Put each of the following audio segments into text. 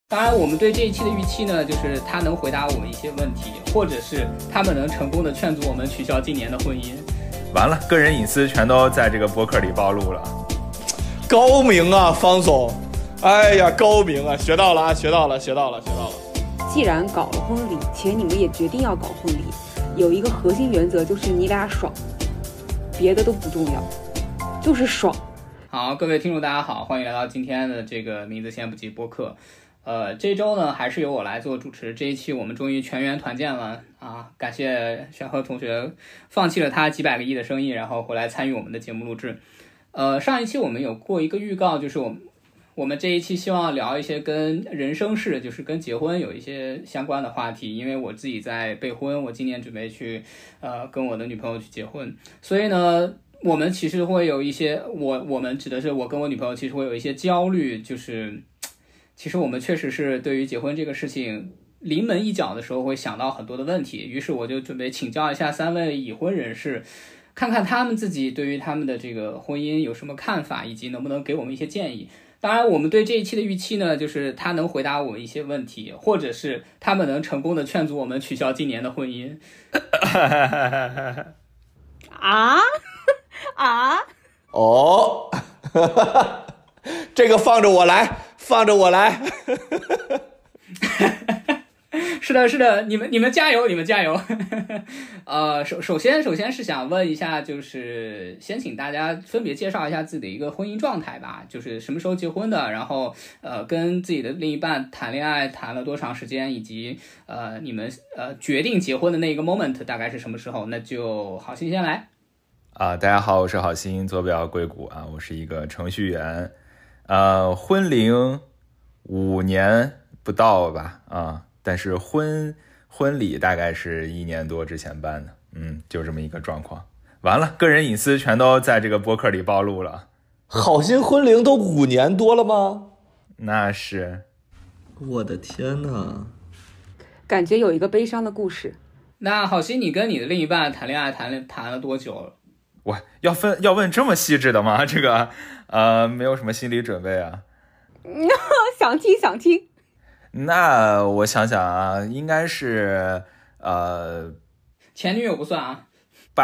当然，我们对这一期的预期呢，就是他能回答我们一些问题，或者是他们能成功的劝阻我们取消今年的婚姻。 完了，个人隐私全都在这个播客里暴露了。 高明啊，方总！哎呀，高明啊，学到了啊，学到了。 既然搞了婚礼，且你们也决定要搞婚礼，有一个核心原则就是你俩爽，别的都不重要，就是爽。 好，各位听众大家好，欢迎来到今天的这个名字先不急播客。这周呢还是由我来做主持，这一期我们终于全员团建了啊！感谢玄鹤同学放弃了他几百个亿的生意，然后回来参与我们的节目录制。上一期我们有过一个预告，就是我们这一期希望聊一些跟人生事，就是跟结婚有一些相关的话题，因为我自己在备婚，我今年准备去跟我的女朋友去结婚，所以呢我们其实会有一些我们指的是我跟我女朋友其实会有一些焦虑，就是其实我们确实是对于结婚这个事情临门一脚的时候会想到很多的问题，于是我就准备请教一下3位已婚人士，看看他们自己对于他们的这个婚姻有什么看法，以及能不能给我们一些建议。当然我们对这一期的预期呢，就是他能回答我们一些问题，或者是他们能成功的劝阻我们取消今年的婚姻。 哦，这个放着我来。 是的，你们加油，你们加油。首先是想问一下，就是先请大家分别介绍一下自己的一个婚姻状态吧，就是什么时候结婚的，然后跟自己的另一半谈恋爱谈了多长时间，以及你们决定结婚的那个 moment 大概是什么时候。那就好心先来。 大家好，我是好心，坐标硅谷啊，我是一个程序员，婚龄5年不到吧啊，但是婚礼大概是1年多之前办的，就这么一个状况。完了，个人隐私全都在这个播客里暴露了。 好心婚龄都5年多了吗？ 那是。 我的天哪， 感觉有一个悲伤的故事。 那好心，你跟你的另一半谈恋爱谈了多久了？ 我要问这么细致的吗？这个没有什么心理准备啊。 想听。 那我想想啊，应该是前女友不算啊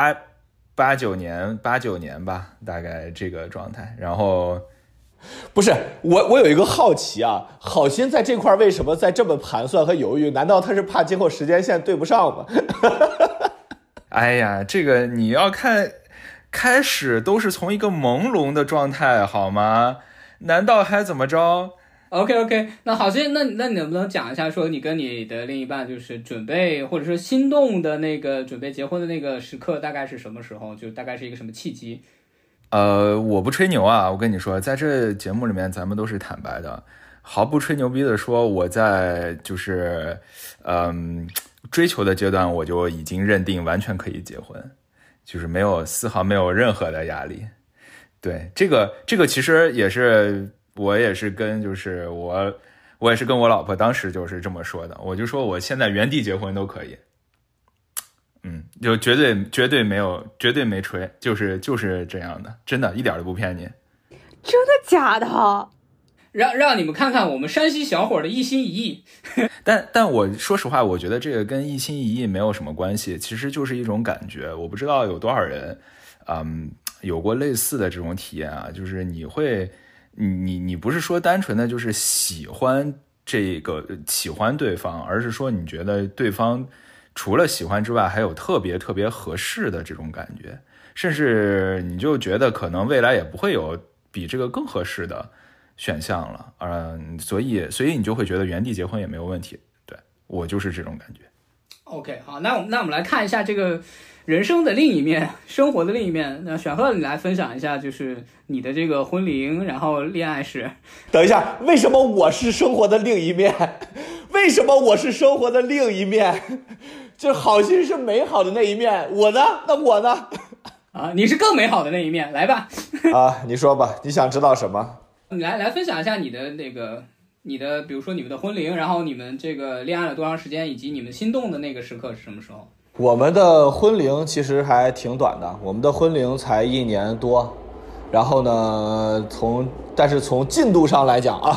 ，89年吧，大概这个状态。然后不是我有一个好奇啊，好心在这块为什么在这么盘算和犹豫？难道他是怕今后时间线对不上吗？ 哎呀，这个你要看，开始都是从一个朦胧的状态好吗？难道还怎么着 ？OK， 那好心，那你能不能讲一下，说你跟你的另一半就是准备或者说心动的那个准备结婚的那个时刻大概是什么时候？就大概是一个什么契机？ 我不吹牛啊，我跟你说，在这节目里面咱们都是坦白的，毫不吹牛逼的说，我在就是追求的阶段我就已经认定完全可以结婚，就是丝毫没有任何的压力。对，这个其实也是我也是跟我老婆当时就是这么说的，我就说我现在原地结婚都可以，就绝对没吹，就是这样的，真的一点都不骗你。 真的假的？ 让你们看看我们山西小伙的一心一意。 但我说实话，我觉得这个跟一心一意没有什么关系，其实就是一种感觉。我不知道有多少人有过类似的这种体验啊，就是你不是说单纯的就是喜欢对方，而是说你觉得对方除了喜欢之外还有特别特别合适的这种感觉，甚至你就觉得可能未来也不会有比这个更合适的选项了，所以你就会觉得原地结婚也没有问题。对，我就是这种感觉。 OK， 好，那我们来看一下这个人生的另一面，生活的另一面。那选鹤，你来分享一下，就是你的这个婚龄，然后恋爱史。 等一下，为什么我是生活的另一面？为什么我是生活的另一面？这好心是美好的那一面，我呢？那我呢？ 你是更美好的那一面，来吧。 你说吧，你想知道什么？ 你来分享一下你的那个。你的比如说你们的婚龄，然后你们这个恋爱了多长时间，以及你们心动的那个时刻是什么时候？ 我们的婚龄其实还挺短的，我们的婚龄才1年多，然后呢，但是从进度上来讲啊，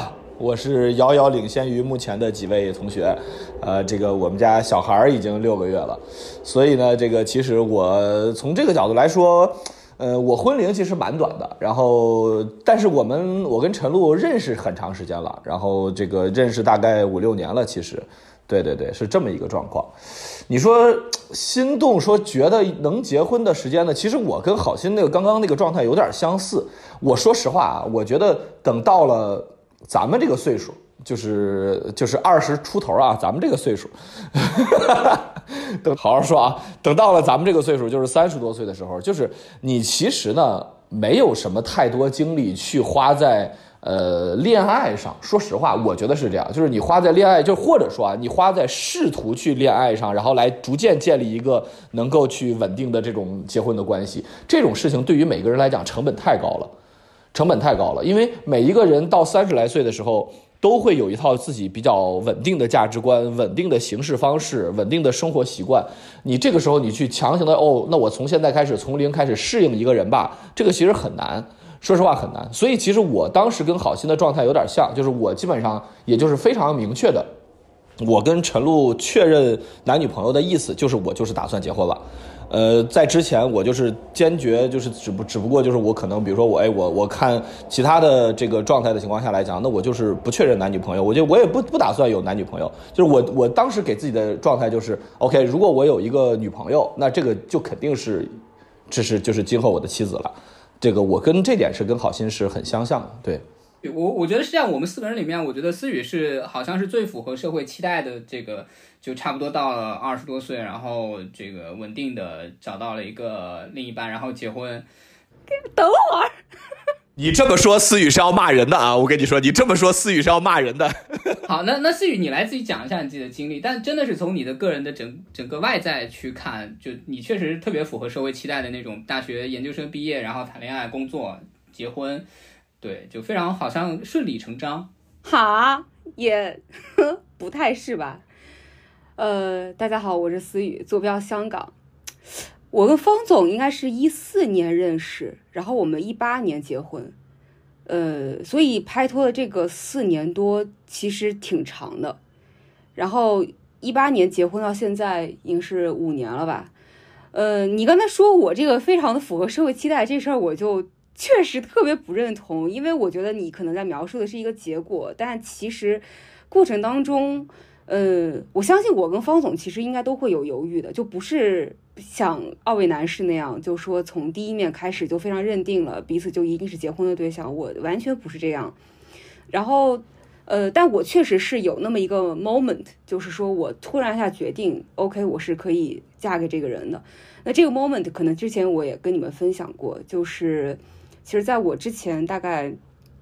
我是遥遥领先于目前的几位同学，这个我们家小孩已经6个月了，所以呢，这个其实我从这个角度来说，我婚龄其实蛮短的，然后但是我跟陈露认识很长时间了，然后这个认识大概5、6年了，其实，对，是这么一个状况。你说心动，说觉得能结婚的时间呢？其实我跟郝鑫刚刚那个状态有点相似。我说实话啊，我觉得等到了咱们这个岁数，就是20出头啊，咱们这个岁数，等好好说啊，等到了咱们这个岁数，就是30多岁的时候，就是你其实呢没有什么太多精力去花在恋爱上。说实话，我觉得是这样，就是你花在恋爱，就或者说啊，你花在试图去恋爱上，然后来逐渐建立一个能够去稳定的这种结婚的关系，这种事情对于每个人来讲成本太高了，因为每一个人到30来岁的时候都会有一套自己比较稳定的价值观、稳定的行事方式、稳定的生活习惯。你这个时候你去强行的那我从现在开始从零开始适应一个人吧，这个其实很难，说实话很难。所以其实我当时跟郝鑫的状态有点像，就是我基本上也就是非常明确的，我跟陈露确认男女朋友的意思就是我就是打算结婚了。在之前我就是坚决，就是只不过就是我可能比如说我看其他的这个状态的情况下来讲，那我就是不确认男女朋友，我也不打算有男女朋友。就是我当时给自己的状态就是 OK， 如果我有一个女朋友，那这个就肯定是就是今后我的妻子了。这个我跟这点是跟郝鑫是很相像的。对， 我觉得是这样，我们4个人里面，我觉得思雨是好像是最符合社会期待的，这个就差不多到了20多岁，然后这个稳定的找到了一个另一半，然后结婚。 等会儿， 你这么说思雨是要骂人的啊！我跟你说，你这么说思雨是要骂人的。 好，那思雨你来自己讲一下你自己的经历，但真的是从你的个人的整个外在去看，就你确实特别符合社会期待的那种大学研究生毕业，然后谈恋爱、工作、结婚。对，就非常好像顺理成章。 哈，也不太是吧？大家好，我是思雨，坐标香港。我跟方总应该是14年认识，然后我们18年结婚。所以拍拖的这个4年多其实挺长的。然后18年结婚到现在已经是5年了吧？你刚才说我这个非常的符合社会期待这事儿，我就确实特别不认同，因为我觉得你可能在描述的是一个结果，但其实过程当中，我相信我跟方总其实应该都会有犹豫的，就不是像2位男士那样，就说从第一面开始就非常认定了彼此就一定是结婚的对象，我完全不是这样。然后，但我确实是有那么一个 moment， 就是说我突然一下决定 ，OK， 我是可以嫁给这个人的。那这个 moment 可能之前我也跟你们分享过，就是其实在我之前大概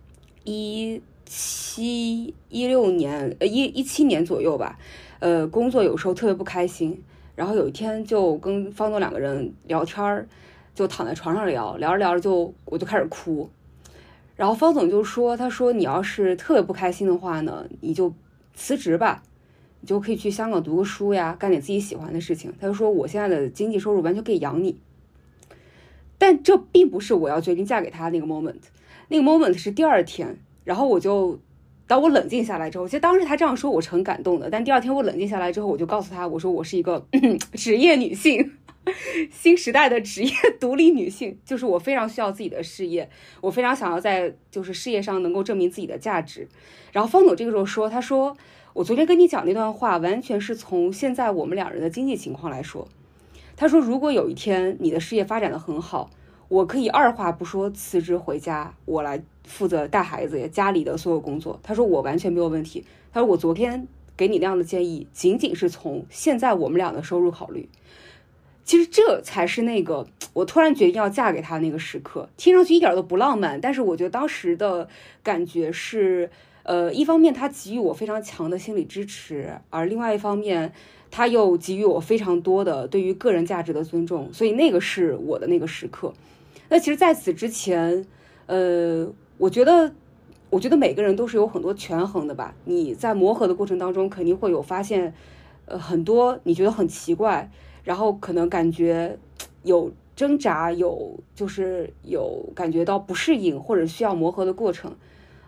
17年左右吧，工作有时候特别不开心，然后有一天就跟方总2个人聊天，就躺在床上聊着聊着我就开始哭，然后方总就说，他说你要是特别不开心的话呢，你就辞职吧，你就可以去香港读个书呀，干点自己喜欢的事情。他就说我现在的经济收入完全可以养你。但这并不是我要决定嫁给他那个 moment， 那个 moment 是第2天，然后当我冷静下来之后，其实当时他这样说我是很感动的，但第2天我冷静下来之后，我就告诉他，我说我是一个职业女性，新时代的职业独立女性，就是我非常需要自己的事业，我非常想要在就是事业上能够证明自己的价值。然后方总这个时候说，他说我昨天跟你讲那段话完全是从现在我们2人的经济情况来说。他说如果有一天你的事业发展的很好，我可以2话不说辞职回家，我来负责带孩子家里的所有工作。他说我完全没有问题。他说我昨天给你那样的建议仅仅是从现在我们俩的收入考虑。其实这才是那个我突然决定要嫁给他那个时刻，听上去一点都不浪漫，但是我觉得当时的感觉是一方面他给予我非常强的心理支持，而另外一方面他又给予我非常多的对于个人价值的尊重，所以那个是我的那个时刻。那其实在此之前我觉得每个人都是有很多权衡的吧，你在磨合的过程当中肯定会有发现很多你觉得很奇怪，然后可能感觉有挣扎，就是有感觉到不适应或者需要磨合的过程。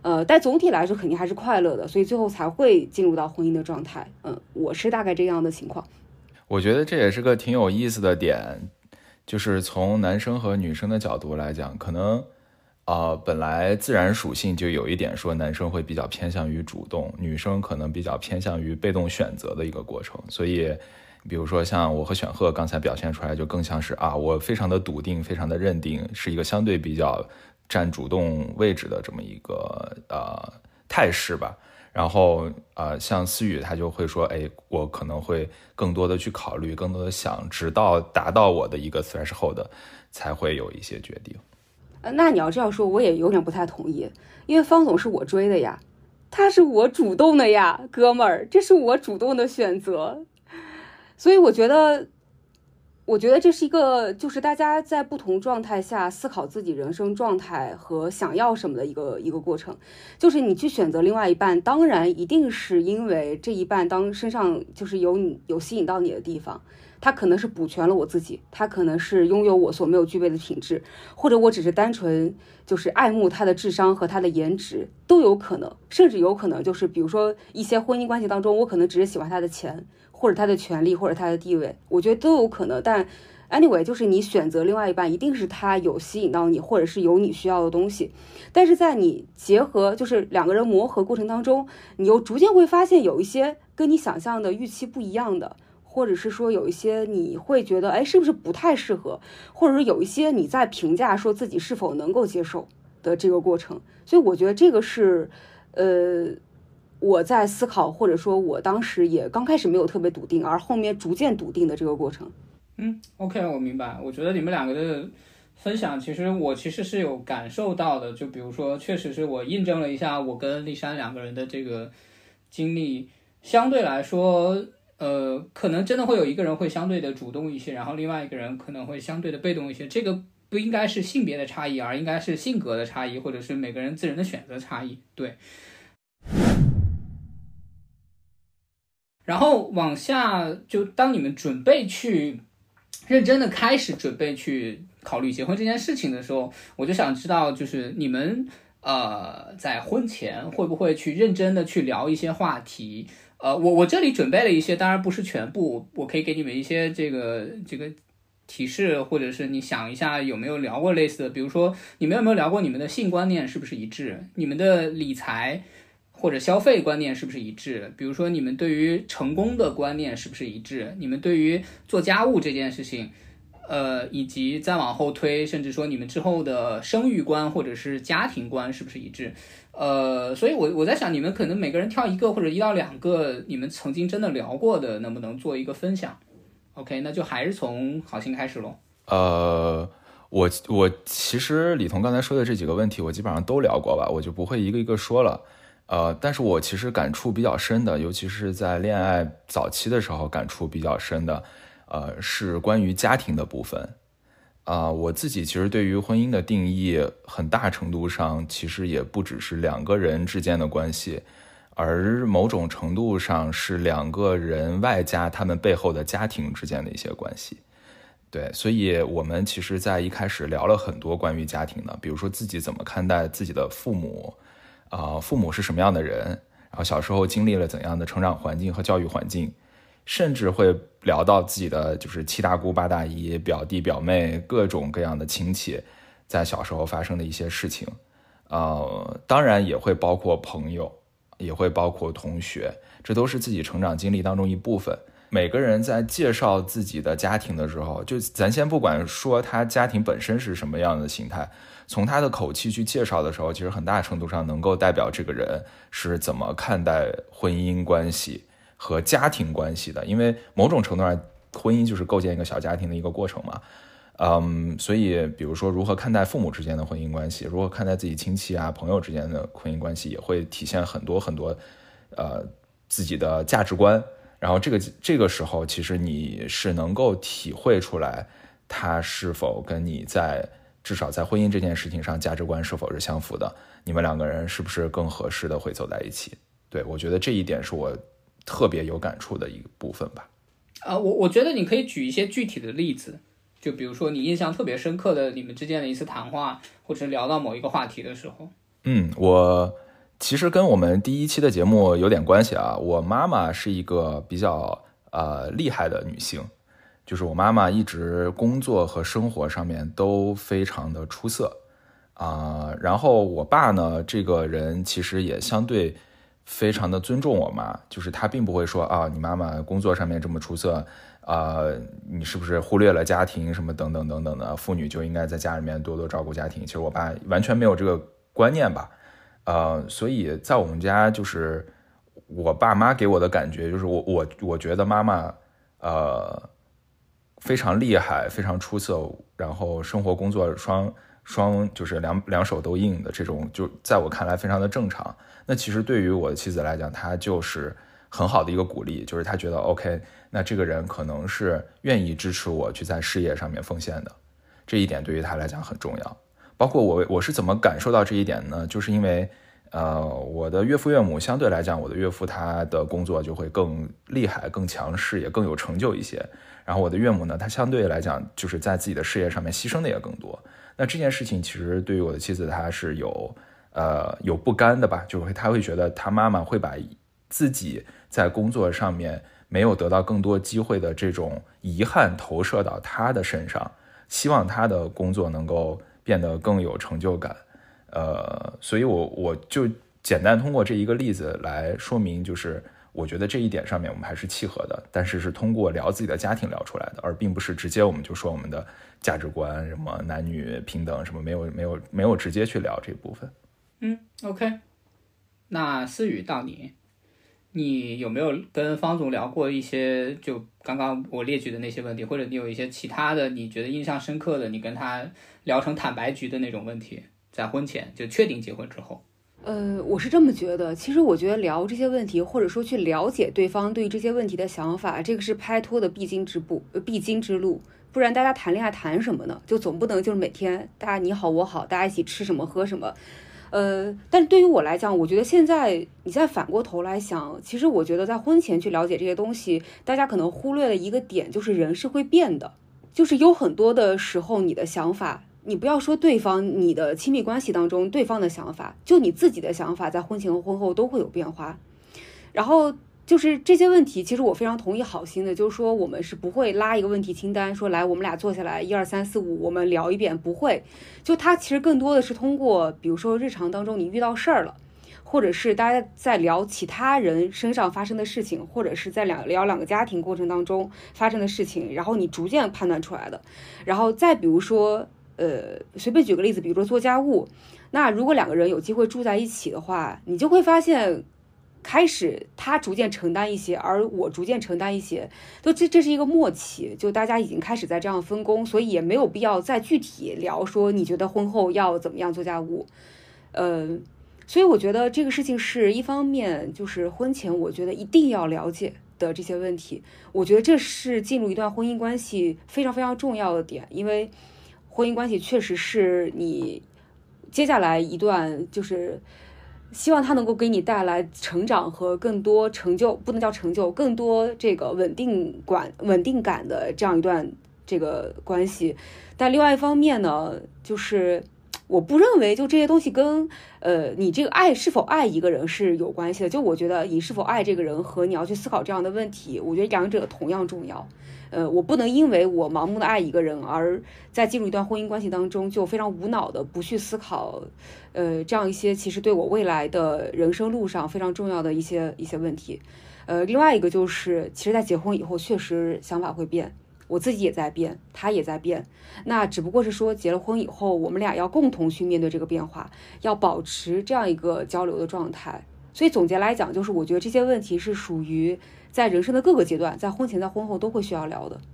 但总体来说肯定还是快乐的，所以最后才会进入到婚姻的状态。我是大概这样的情况。 我觉得这也是个挺有意思的点，就是从男生和女生的角度来讲，可能本来自然属性就有一点说男生会比较偏向于主动，女生可能比较偏向于被动选择的一个过程。所以比如说像我和选赫刚才表现出来，就更像是我非常的笃定，非常的认定，是一个相对比较占主动位置的这么一个态势吧。然后像思雨他就会说，我可能会更多的去考虑，更多的想，直到达到我的一个 threshold 才会有一些决定。 那你要这样说，我也有点不太同意，因为方总是我追的呀，他是我主动的呀，哥们儿，这是我主动的选择。所以我觉得这是一个，就是大家在不同状态下思考自己人生状态和想要什么的一个过程。就是你去选择另外一半，当然一定是因为这一半身上就是有吸引到你的地方，他可能是补全了我自己，他可能是拥有我所没有具备的品质，或者我只是单纯就是爱慕他的智商和他的颜值，都有可能。甚至有可能就是比如说一些婚姻关系当中，我可能只是喜欢他的钱，或者他的权利，或者他的地位，我觉得都有可能。但 anyway， 就是你选择另外一半，一定是他有吸引到你，或者是有你需要的东西。但是在你结合，就是两个人磨合过程当中，你又逐渐会发现有一些跟你想象的预期不一样的，或者是说有一些你会觉得是不是不太适合，或者是有一些你在评价说自己是否能够接受的这个过程。所以我觉得这个是我在思考，或者说我当时也刚开始没有特别笃定，而后面逐渐笃定的这个过程。 OK， 我明白。我觉得你们两个的分享，其实是有感受到的。就比如说，确实是我印证了一下我跟丽珊两个人的这个经历，相对来说，可能真的会有一个人会相对的主动一些，然后另外一个人可能会相对的被动一些。这个不应该是性别的差异，而应该是性格的差异，或者是每个人自人的选择差异。对。然后往下，就当你们准备去认真的开始准备去考虑结婚这件事情的时候，我就想知道，就是你们在婚前会不会去认真的去聊一些话题？我这里准备了一些，当然不是全部，我可以给你们一些这个提示，或者是你想一下有没有聊过类似的，比如说你们有没有聊过你们的性观念是不是一致，你们的理财或者消费观念是不是一致，比如说你们对于成功的观念是不是一致，你们对于做家务这件事情以及再往后推，甚至说你们之后的生育观或者是家庭观是不是一致。所以我在想，你们可能每个人挑一个或者1到2个你们曾经真的聊过的，能不能做一个分享。 OK， 那就还是从好心开始咯。 我其实李彤刚才说的这几个问题我基本上都聊过吧，我就不会一个一个说了。但是我其实感触比较深的，尤其是在恋爱早期的时候感触比较深的，是关于家庭的部分。我自己其实对于婚姻的定义，很大程度上其实也不只是2个人之间的关系，而某种程度上是2个人外加他们背后的家庭之间的一些关系。对，所以我们其实在一开始聊了很多关于家庭的，比如说自己怎么看待自己的父母，父母是什么样的人，然后小时候经历了怎样的成长环境和教育环境，甚至会聊到自己的就是7大姑8大姨表弟表妹各种各样的亲戚在小时候发生的一些事情。当然也会包括朋友，也会包括同学，这都是自己成长经历当中一部分。每个人在介绍自己的家庭的时候，就咱先不管说他家庭本身是什么样的形态，从他的口气去介绍的时候，其实很大程度上能够代表这个人是怎么看待婚姻关系和家庭关系的。因为某种程度上婚姻就是构建一个小家庭的一个过程嘛。所以比如说如何看待父母之间的婚姻关系，如何看待自己亲戚啊朋友之间的婚姻关系，也会体现很多很多自己的价值观。然后这个时候其实你是能够体会出来他是否跟你至少在婚姻这件事情上价值观是否是相符的，你们2个人是不是更合适的会走在一起。对，我觉得这一点是我特别有感触的一部分吧。 我觉得你可以举一些具体的例子，就比如说你印象特别深刻的你们之间的一次谈话，或者聊到某一个话题的时候。 其实跟我们第一期的节目有点关系啊。我妈妈是一个比较厉害的女性，就是我妈妈一直工作和生活上面都非常的出色然后我爸呢，这个人其实也相对非常的尊重我妈，就是他并不会说你妈妈工作上面这么出色你是不是忽略了家庭什么等等等等的，妇女就应该在家里面多多照顾家庭。其实我爸完全没有这个观念吧，所以在我们家就是我爸妈给我的感觉就是我觉得妈妈非常厉害，非常出色，然后生活工作就是两手都硬的这种，就在我看来非常的正常。那其实对于我的妻子来讲，她就是很好的一个鼓励，就是她觉得 OK， 那这个人可能是愿意支持我去在事业上面奉献的，这一点对于她来讲很重要。包括我是怎么感受到这一点呢？就是因为我的岳父岳母相对来讲，我的岳父他的工作就会更厉害、更强势，也更有成就一些。然后我的岳母呢，她相对来讲就是在自己的事业上面牺牲的也更多。那这件事情其实对于我的妻子，她是有不甘的吧，就是她会觉得她妈妈会把自己在工作上面没有得到更多机会的这种遗憾投射到她的身上，希望她的工作能够变得更有成就感。所以我就简单通过这一个例子来说明，就是我觉得这一点上面我们还是契合的，但是是通过聊自己的家庭聊出来的，而并不是直接我们就说我们的价值观什么男女平等什么，没有直接去聊这部分。 OK， 那思雨到你有没有跟方总聊过一些就刚刚我列举的那些问题，或者你有一些其他的你觉得印象深刻的，你跟他聊成坦白局的那种问题，在婚前就确定结婚之后？ 我是这么觉得，其实我觉得聊这些问题，或者说去了解对方对这些问题的想法，这个是拍拖的必经之路。不然大家谈恋爱谈什么呢？就总不能就是每天大家你好我好，大家一起吃什么喝什么。但是对于我来讲，我觉得现在你再反过头来想，其实我觉得在婚前去了解这些东西，大家可能忽略了一个点，就是人是会变的，就是有很多的时候你的想法，你不要说对方，你的亲密关系当中对方的想法，就你自己的想法在婚前和婚后都会有变化。然后就是这些问题，其实我非常同意好心的，就是说我们是不会拉一个问题清单说来我们俩坐下来1、2、3、4、5我们聊一遍，不会。就它其实更多的是通过比如说日常当中你遇到事儿了，或者是大家在聊其他人身上发生的事情，或者是在聊两个家庭过程当中发生的事情，然后你逐渐判断出来的。然后再比如说随便举个例子，比如说做家务，那如果两个人有机会住在一起的话，你就会发现开始他逐渐承担一些，而我逐渐承担一些，就这是一个默契，就大家已经开始在这样分工，所以也没有必要再具体聊说你觉得婚后要怎么样做家务。所以我觉得这个事情是一方面，就是婚前我觉得一定要了解的这些问题，我觉得这是进入一段婚姻关系非常非常重要的点，因为婚姻关系确实是你接下来一段就是希望它能够给你带来成长和更多成就，不能叫成就，更多这个稳定感的这样一段这个关系。但另外一方面呢，就是我不认为就这些东西跟你这个是否爱一个人是有关系的。就我觉得你是否爱这个人和你要去思考这样的问题，我觉得两者同样重要。我不能因为我盲目的爱一个人，而在进入一段婚姻关系当中就非常无脑的不去思考这样一些其实对我未来的人生路上非常重要的一些问题。另外一个就是其实在结婚以后确实想法会变，我自己也在变，他也在变，那只不过是说结了婚以后我们俩要共同去面对这个变化，要保持这样一个交流的状态。所以总结来讲，就是我觉得这些问题是属于在人生的各个阶段，在婚前在婚后都会需要聊的。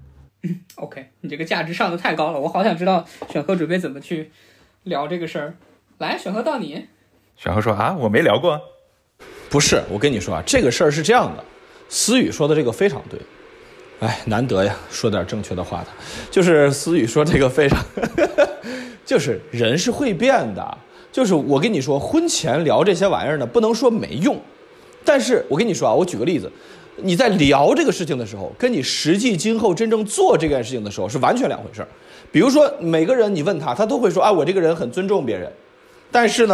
OK， 你这个价值上的太高了，我好想知道选禾准备怎么去聊这个事儿。来，选禾到你。 选禾说我没聊过。 不是，我跟你说这个事儿是这样的，思雨说的这个非常对。难得呀，说点正确的话的，就是思雨说这个非常就是人是会变的。就是我跟你说，婚前聊这些玩意儿呢，不能说没用，但是我跟你说我举个例子，你在聊这个事情的时候，跟你实际今后真正做这件事情的时候是完全两回事。比如说每个人你问他都会说我这个人很尊重别人，但是呢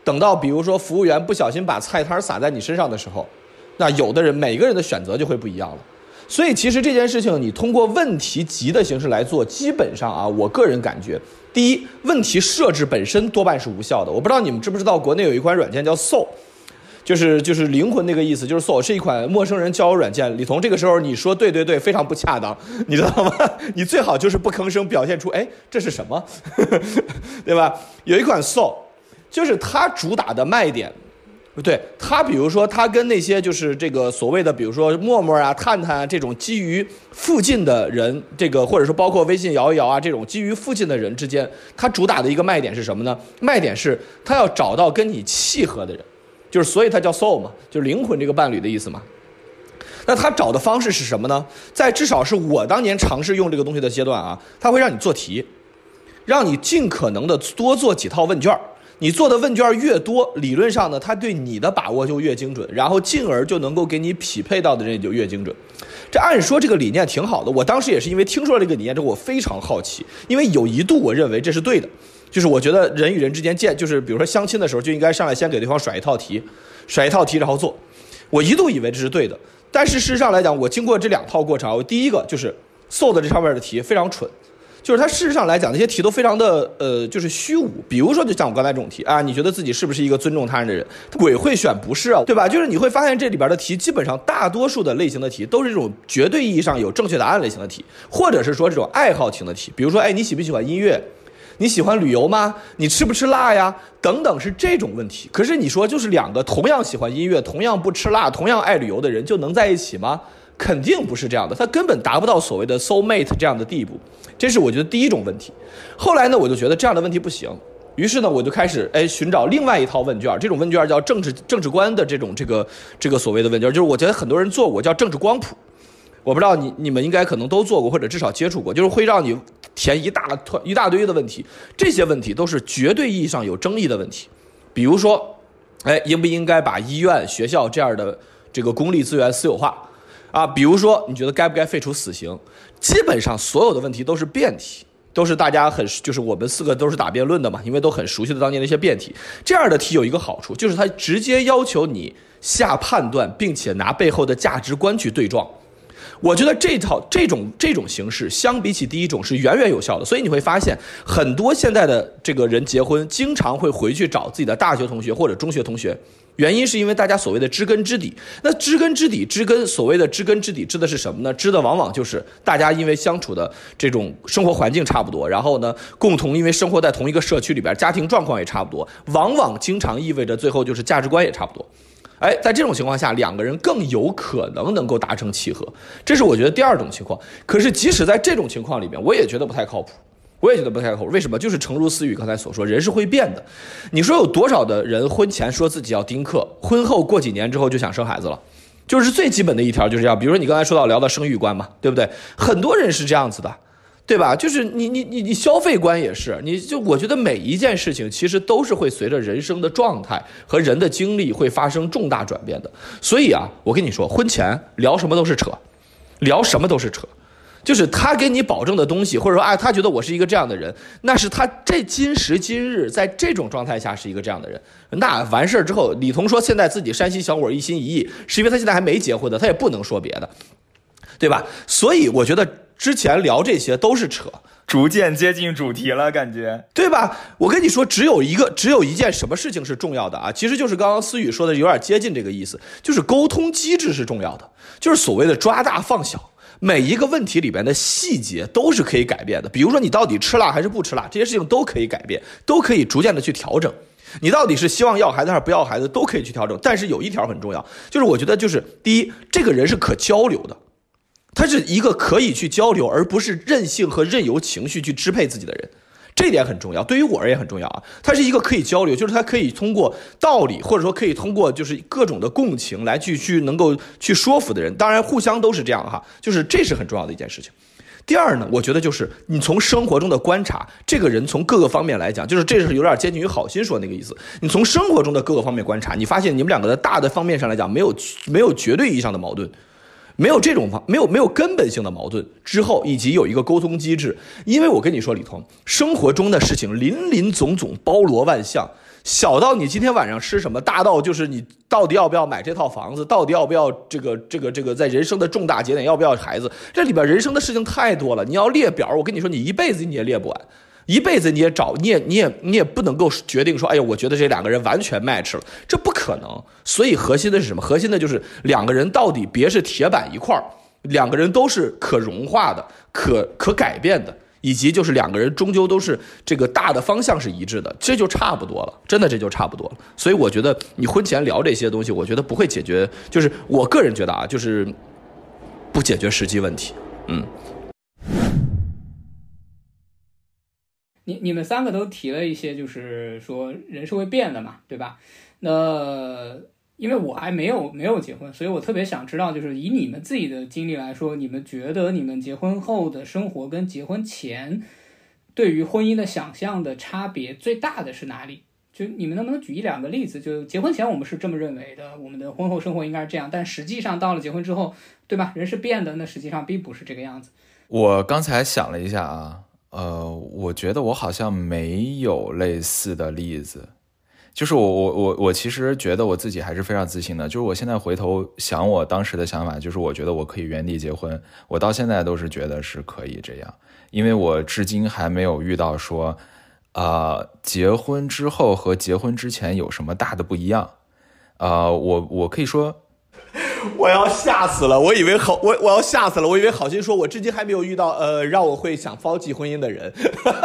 等到比如说服务员不小心把菜摊撒在你身上的时候，那有的人每个人的选择就会不一样了。所以其实这件事情你通过问题集的形式来做，基本上啊，我个人感觉，第一，问题设置本身多半是无效的。我不知道你们知不知道，国内有一款软件叫 Soul， 就是灵魂那个意思，就是 Soul 是一款陌生人交友软件。李彤，这个时候你说对对对，非常不恰当，你知道吗？你最好就是不吭声，表现出哎这是什么，对吧？有一款 Soul， 就是它主打的卖点。对，他比如说他跟那些就是这个所谓的比如说陌陌啊、探探啊这种基于附近的人，这个或者说包括微信摇一摇啊这种基于附近的人之间，他主打的一个卖点是什么呢？卖点是他要找到跟你契合的人，就是所以他叫 soul 嘛，就是灵魂这个伴侣的意思嘛。那他找的方式是什么呢？在至少是我当年尝试用这个东西的阶段啊，他会让你做题，让你尽可能的多做几套问卷。你做的问卷越多，理论上呢，他对你的把握就越精准，然后进而就能够给你匹配到的人也就越精准。这按说这个理念挺好的，我当时也是因为听说了这个理念之后，我非常好奇，因为有一度我认为这是对的，就是我觉得人与人之间就是比如说相亲的时候就应该上来先给对方甩一套题然后做，我一度以为这是对的，但是事实上来讲，我经过这两套过程，我第一个就是搜的这上面的题非常蠢。就是它事实上来讲，那些题都非常的就是虚无。比如说，就像我刚才这种题啊，你觉得自己是不是一个尊重他人的人？鬼会选不是啊，对吧？就是你会发现这里边的题，基本上大多数的类型的题都是这种绝对意义上有正确答案类型的题，或者是说这种爱好型的题。比如说，哎，你喜不喜欢音乐？你喜欢旅游吗？你吃不吃辣呀？等等是这种问题。可是你说，就是两个同样喜欢音乐、同样不吃辣、同样爱旅游的人就能在一起吗？肯定不是这样的，他根本达不到所谓的 soul mate 这样的地步，这是我觉得第一种问题。后来呢，我就觉得这样的问题不行，于是呢，我就开始寻找另外一套问卷，这种问卷叫政治观的这个所谓的问卷，就是我觉得很多人做过，叫政治光谱。我不知道你们应该可能都做过，或者至少接触过，就是会让你填一大堆的问题，这些问题都是绝对意义上有争议的问题，比如说，应不应该把医院、学校这样的这个公立资源私有化？啊，比如说，你觉得该不该废除死刑？基本上所有的问题都是辩题，都是大家就是我们4个都是打辩论的嘛，因为都很熟悉的当年的一些辩题。这样的题有一个好处，就是它直接要求你下判断，并且拿背后的价值观去对撞。我觉得这种形式相比起第一种是远远有效的，所以你会发现很多现在的这个人结婚，经常会回去找自己的大学同学或者中学同学。原因是因为大家所谓的知根知底，那所谓的知根知底知的是什么呢？知的往往就是大家因为相处的这种生活环境差不多，然后呢共同因为生活在同一个社区里边，家庭状况也差不多，往往经常意味着最后就是价值观也差不多。在这种情况下，两个人更有可能够达成契合，这是我觉得第二种情况。可是即使在这种情况里边，我也觉得不太靠谱。为什么？就是诚如思雨刚才所说，人是会变的。你说有多少的人婚前说自己要丁克，婚后过几年之后就想生孩子了？就是最基本的一条就是这样。比如说你刚才聊到生育观嘛，对不对？很多人是这样子的，对吧？就是你消费观也是，我觉得每一件事情其实都是会随着人生的状态和人的经历会发生重大转变的。所以啊，我跟你说，婚前聊什么都是扯，就是他给你保证的东西，或者说他觉得我是一个这样的人，那是他今时今日在这种状态下是一个这样的人。那完事之后，李彤说现在自己山西小伙一心一意，是因为他现在还没结婚的，他也不能说别的，对吧？所以我觉得之前聊这些都是扯， 逐渐接近主题了，感觉对吧？我跟你说，只有一件什么事情是重要的啊，其实就是刚刚思雨说的有点接近这个意思，就是沟通机制是重要的，就是所谓的抓大放小。每一个问题里边的细节都是可以改变的，比如说你到底吃辣还是不吃辣，这些事情都可以改变，都可以逐渐的去调整。你到底是希望要孩子还是不要孩子，都可以去调整。但是有一条很重要，就是我觉得就是第一，这个人是可交流的，他是一个可以去交流，而不是任性和任由情绪去支配自己的人。这点很重要，对于我而言很重要啊。他是一个可以交流，就是他可以通过道理，或者说可以通过就是各种的共情来去能够去说服的人。当然，互相都是这样哈，就是这是很重要的一件事情。第二呢，我觉得就是你从生活中的观察，这个人从各个方面来讲，就是这是有点接近于好心说那个意思。你从生活中的各个方面观察，你发现你们两个的大的方面上来讲，没有绝对意义上的矛盾。 没有这种没有根本性的矛盾之后，以及有一个沟通机制。因为我跟你说，李彤，生活中的事情林林总总，包罗万象，小到你今天晚上吃什么，大到就是你到底要不要买这套房子，到底要不要这个在人生的重大节点要不要孩子，这里边人生的事情太多了，你要列表，我跟你说，你一辈子你也列不完。一辈子你也不能够决定说，哎呀，我觉得这两个人完全 match 了，这不可能。所以核心的是什么？核心的就是两个人到底别是铁板一块，两个人都是可融化的、可改变的，以及就是两个人终究都是这个大的方向是一致的，这就差不多了，真的这就差不多了。所以我觉得你婚前聊这些东西，我觉得不会解决，就是我个人觉得啊，就是不解决实际问题。 你们三个都提了一些，就是说人是会变的嘛，对吧？那因为我还没有结婚，所以我特别想知道，就是以你们自己的经历来说，你们觉得你们结婚后的生活跟结婚前对于婚姻的想象的差别最大的是哪里？就你们能不能举一两个例子？就结婚前我们是这么认为的，我们的婚后生活应该是这样，但实际上到了结婚之后，对吧？人是变的，那实际上并不是这个样子。 我刚才想了一下啊。我觉得我好像没有类似的例子，就是我其实觉得我自己还是非常自信的，就是我现在回头想我当时的想法，就是我觉得我可以原地结婚，我到现在都是觉得是可以这样，因为我至今还没有遇到说结婚之后和结婚之前有什么大的不一样。我可以说我要吓死了，我要吓死了，我以为好心说我至今还没有遇到让我会想放弃婚姻的人。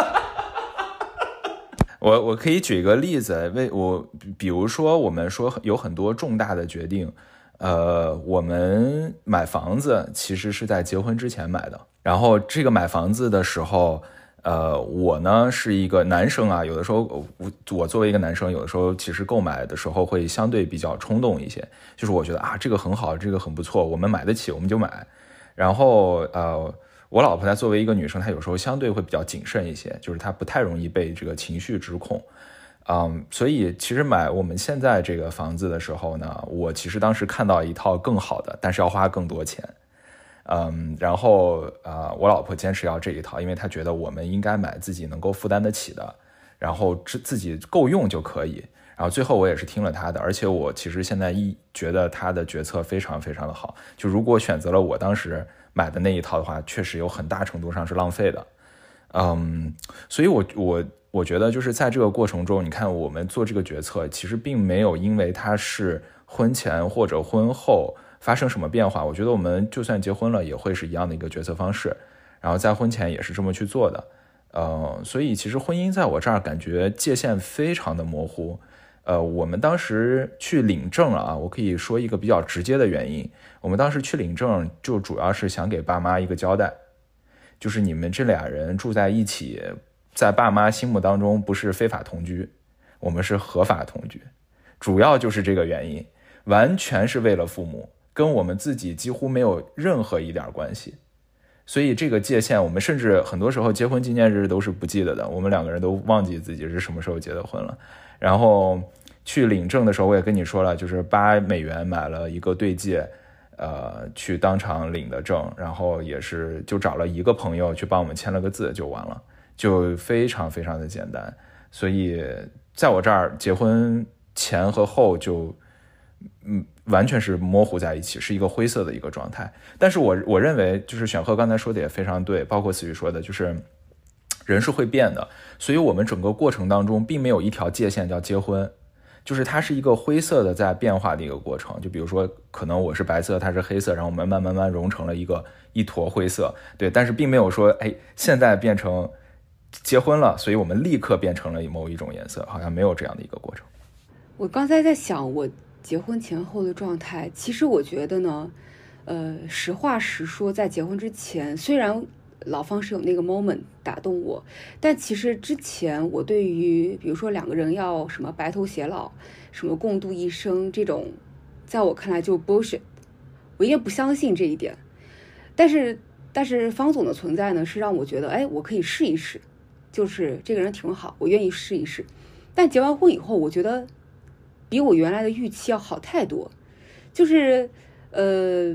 我可以举一个例子，比如说我们说有很多重大的决定，我们买房子其实是在结婚之前买的，然后这个买房子的时候我呢是一个男生啊，有的时候我作为一个男生，有的时候其实购买的时候会相对比较冲动一些，就是我觉得啊这个很好，这个很不错，我们买得起我们就买。然后我老婆她作为一个女生，她有时候相对会比较谨慎一些，就是她不太容易被这个情绪指控。所以其实买我们现在这个房子的时候呢，我其实当时看到一套更好的，但是要花更多钱。然后我老婆坚持要这一套，因为她觉得我们应该买自己能够负担得起的，然后自己够用就可以。然后最后我也是听了她的，而且我其实现在觉得她的决策非常非常的好。就如果选择了我当时买的那一套的话，确实有很大程度上是浪费的。所以我觉得就是在这个过程中，你看我们做这个决策，其实并没有因为它是婚前或者婚后发生什么变化，我觉得我们就算结婚了也会是一样的一个决策方式，然后在婚前也是这么去做的。所以其实婚姻在我这儿感觉界限非常的模糊。我们当时去领证啊，我可以说一个比较直接的原因，我们当时去领证就主要是想给爸妈一个交代，就是你们这俩人住在一起，在爸妈心目当中不是非法同居，我们是合法同居，主要就是这个原因，完全是为了父母，跟我们自己几乎没有任何一点关系。所以这个界限我们甚至很多时候结婚纪念日都是不记得的，我们两个人都忘记自己是什么时候结的婚了。然后去领证的时候我也跟你说了，就是$8买了一个对戒，去当场领的证，然后也是就找了一个朋友去帮我们签了个字就完了，就非常非常的简单。所以在我这儿结婚前和后就完全是模糊在一起，是一个灰色的一个状态。但是我认为就是选赫刚才说的也非常对，包括思雨说的，就是人是会变的，所以我们整个过程当中并没有一条界限叫结婚，就是它是一个灰色的在变化的一个过程。就比如说可能我是白色，它是黑色，然后我们慢慢融成了一坨灰色，对，但是并没有说现在变成结婚了，所以我们立刻变成了某一种颜色，好像没有这样的一个过程。 我刚才在想我结婚前后的状态，其实我觉得呢实话实说，在结婚之前，虽然老方是有那个 moment 打动我，但其实之前我对于比如说两个人要什么白头偕老，什么共度一生这种，在我看来就 bullshit， 我也不相信这一点。但是方总的存在呢，是让我觉得我可以试一试，就是这个人挺好，我愿意试一试。但结完婚以后，我觉得比我原来的预期要好太多，就是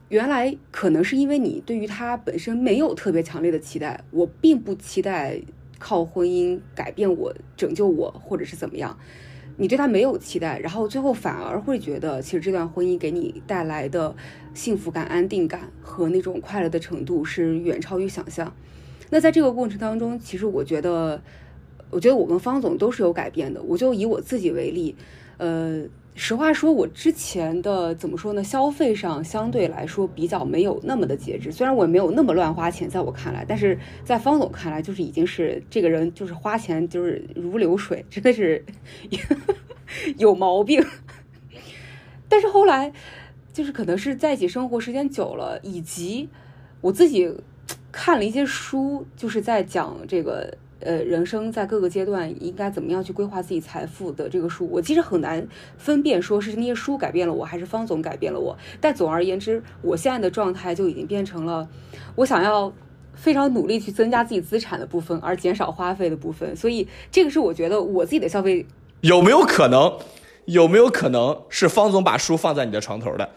原来可能是因为你对于他本身没有特别强烈的期待，我并不期待靠婚姻改变我、拯救我，或者是怎么样。你对他没有期待，然后最后反而会觉得，其实这段婚姻给你带来的幸福感、安定感和那种快乐的程度是远超于想象。那在这个过程当中，其实我觉得我跟方总都是有改变的。我就以我自己为例，实话说，我之前的怎么说呢？消费上相对来说比较没有那么的节制，虽然我也没有那么乱花钱，在我看来，但是在方总看来，就是已经是这个人就是花钱就是如流水，真的是有毛病。但是后来就是可能是在一起生活时间久了，以及我自己看了一些书，就是在讲这个。人生在各个阶段应该怎么样去规划自己财富的这个书，我其实很难分辨说是那些书改变了我，还是方总改变了我。但总而言之，我现在的状态就已经变成了，我想要非常努力去增加自己资产的部分，而减少花费的部分。所以这个是我觉得我自己的消费。 有没有可能是方总把书放在你的床头的？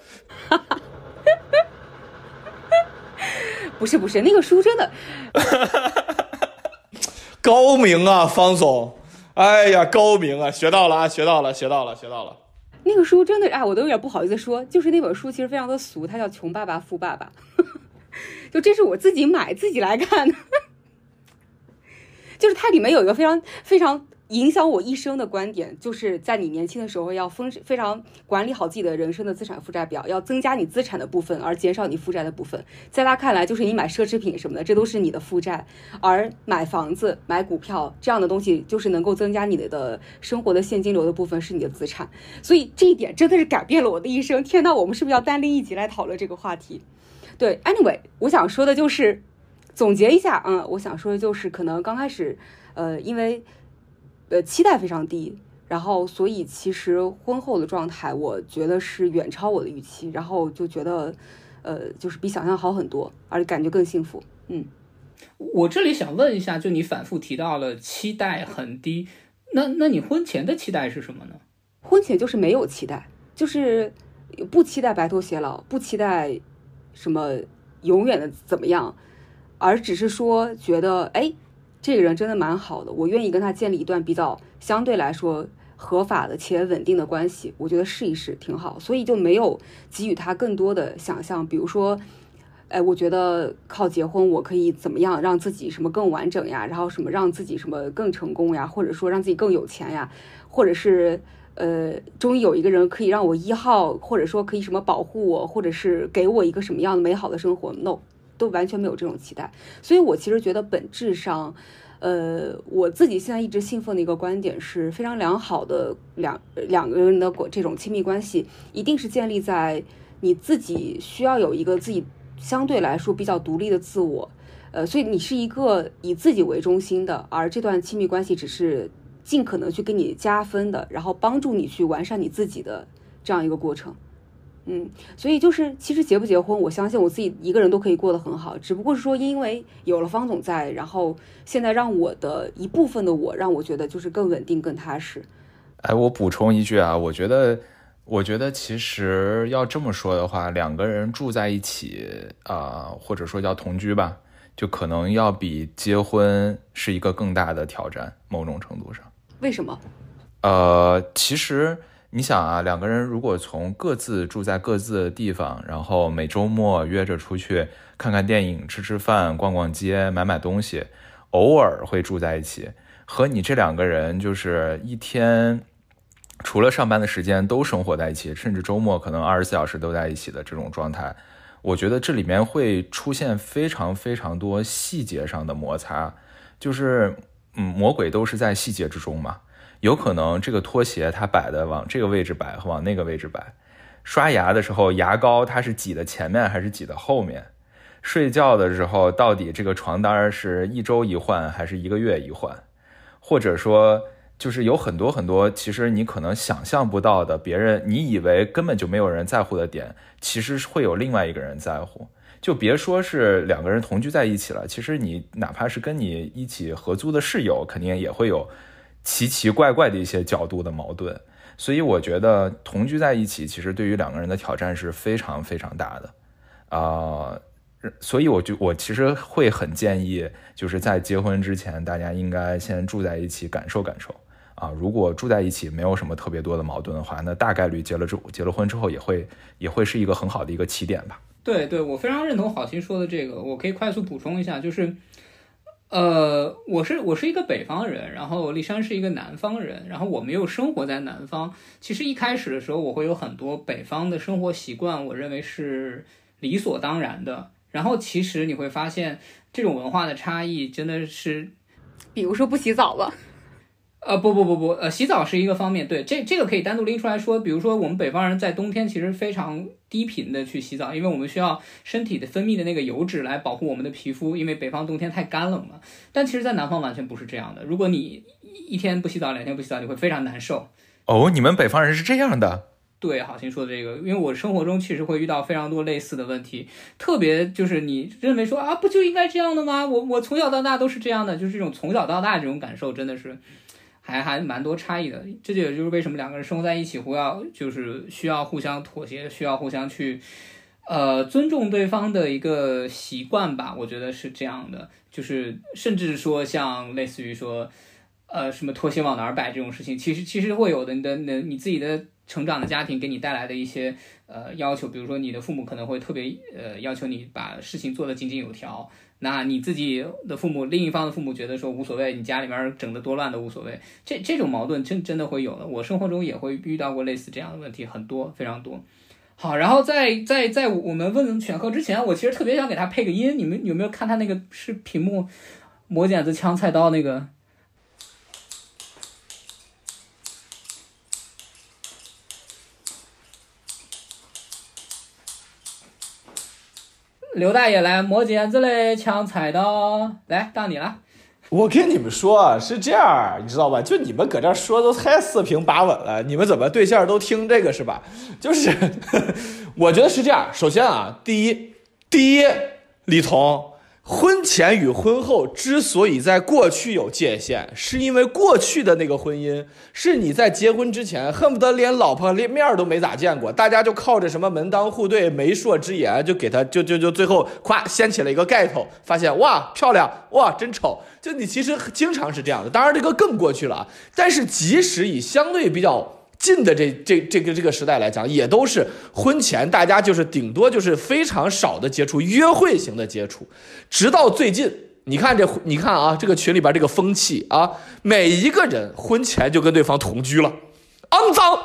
不是，那个书真的。 高明啊，方总！哎呀，高明啊，学到了。 那个书真的，我都有点不好意思说，就是那本书其实非常的俗，它叫《穷爸爸富爸爸》，就这是我自己买自己来看的，就是它里面有一个非常非常影响我一生的观点，就是在你年轻的时候要非常管理好自己的人生的资产负债表，要增加你资产的部分，而减少你负债的部分。在他看来，就是你买奢侈品什么的，这都是你的负债，而买房子、买股票这样的东西，就是能够增加你的生活的现金流的部分是你的资产。所以这一点真的是改变了我的一生。天哪，我们是不是要单另一集来讨论这个话题？对 ，anyway， 我想说的就是总结一下，我想说的就是可能刚开始，因为期待非常低，然后所以其实婚后的状态我觉得是远超我的预期，然后就觉得就是比想象好很多，而且感觉更幸福。 我这里想问一下，就你反复提到了期待很低，那你婚前的期待是什么呢？ 婚前就是没有期待，就是不期待白头偕老，不期待什么永远的怎么样，而只是说觉得这个人真的蛮好的，我愿意跟他建立一段比较相对来说合法的且稳定的关系，我觉得试一试挺好，所以就没有给予他更多的想象，比如说我觉得靠结婚我可以怎么样让自己什么更完整呀，然后什么让自己什么更成功呀，或者说让自己更有钱呀，或者是终于有一个人可以让我依靠，或者说可以什么保护我，或者是给我一个什么样的美好的生活 ，no， 都完全没有这种期待。所以我其实觉得本质上我自己现在一直信奉的一个观点是非常良好的两个人的这种亲密关系一定是建立在你自己需要有一个自己相对来说比较独立的自我，所以你是一个以自己为中心的，而这段亲密关系只是尽可能去给你加分的，然后帮助你去完善你自己的这样一个过程。所以就是其实结不结婚，我相信我自己一个人都可以过得很好，只不过是说因为有了方总在，然后现在让我的一部分的让我觉得就是更稳定更踏实。 我补充一句啊，我觉得其实要这么说的话，两个人住在一起或者说叫同居吧，就可能要比结婚是一个更大的挑战，某种程度上。 为什么？ 其实你想啊，两个人如果从各自住在各自的地方，然后每周末约着出去看看电影、吃吃饭、逛逛街、买东西，偶尔会住在一起，和你这两个人就是一天除了上班的时间都生活在一起，甚至周末可能24小时都在一起的这种状态，我觉得这里面会出现非常非常多细节上的摩擦，就是魔鬼都是在细节之中嘛。有可能这个拖鞋它摆的往这个位置摆和往那个位置摆，刷牙的时候牙膏它是挤的前面还是挤的后面，睡觉的时候到底这个床单是1周一换还是1个月一换，或者说就是有很多很多其实你可能想象不到的，别人你以为根本就没有人在乎的点，其实会有另外一个人在乎。就别说是两个人同居在一起了，其实你哪怕是跟你一起合租的室友，肯定也会有奇奇怪怪的一些角度的矛盾。所以我觉得同居在一起其实对于两个人的挑战是非常非常大的。 所以我其实会很建议，就是在结婚之前，大家应该先住在一起，感受感受啊。如果住在一起没有什么特别多的矛盾的话，那大概率结了婚之后也会是一个很好的一个起点吧。 对对，我非常认同好心说的这个，我可以快速补充一下，就是我是一个北方人，然后丽珊是一个南方人，然后我们又生活在南方。其实一开始的时候，我会有很多北方的生活习惯，我认为是理所当然的。然后其实你会发现，这种文化的差异真的是， 比如说不洗澡吧。 不，洗澡是一个方面，对，这个可以单独拎出来说。比如说，我们北方人在冬天其实非常低频的去洗澡，因为我们需要身体的分泌的那个油脂来保护我们的皮肤，因为北方冬天太干冷了。但其实，在南方完全不是这样的。如果你一天不洗澡，2天不洗澡，你会非常难受。 哦，你们北方人是这样的？ 对，好心说的这个，因为我生活中确实会遇到非常多类似的问题，特别就是你认为说啊，不就应该这样的吗？我从小到大都是这样的，就是这种从小到大这种感受真的是还蛮多差异的。这就也就是为什么两个人生活在一起，就是需要互相妥协，需要互相去尊重对方的一个习惯吧。我觉得是这样的，就是甚至说像类似于说什么拖鞋往哪儿摆这种事情，其实会有的。你自己的成长的家庭给你带来的一些要求，比如说你的父母可能会特别要求你把事情做得井井有条，那你自己的父母，另一方的父母觉得说无所谓，你家里面整得多乱都无所谓，这种矛盾真的会有的。我生活中也会遇到过类似这样的问题，很多，非常多。好，然后在我们问选课之前，我其实特别想给他配个音，你们有没有看他那个是屏幕磨剪子枪菜刀那个？刘大爷来磨剪子嘞，抢菜刀，来到你了。 我跟你们说啊，是这样，你知道吧？就你们搁这说都太四平八稳了，你们怎么对象都听这个是吧？就是我觉得是这样。首先啊，第一，李彤，婚前与婚后之所以在过去有界限，是因为过去的那个婚姻是你在结婚之前恨不得连老婆连面都没咋见过，大家就靠着什么门当户对媒妁之言，就给他就最后咵掀起了一个盖头，发现哇漂亮，哇真丑，就你其实经常是这样的。当然这个更过去了，但是即使以相对比较近的这个时代来讲，也都是婚前大家就是顶多就是非常少的接触，约会型的接触，直到最近，你看啊，这个群里边这个风气啊，每一个人婚前就跟对方同居了，肮脏，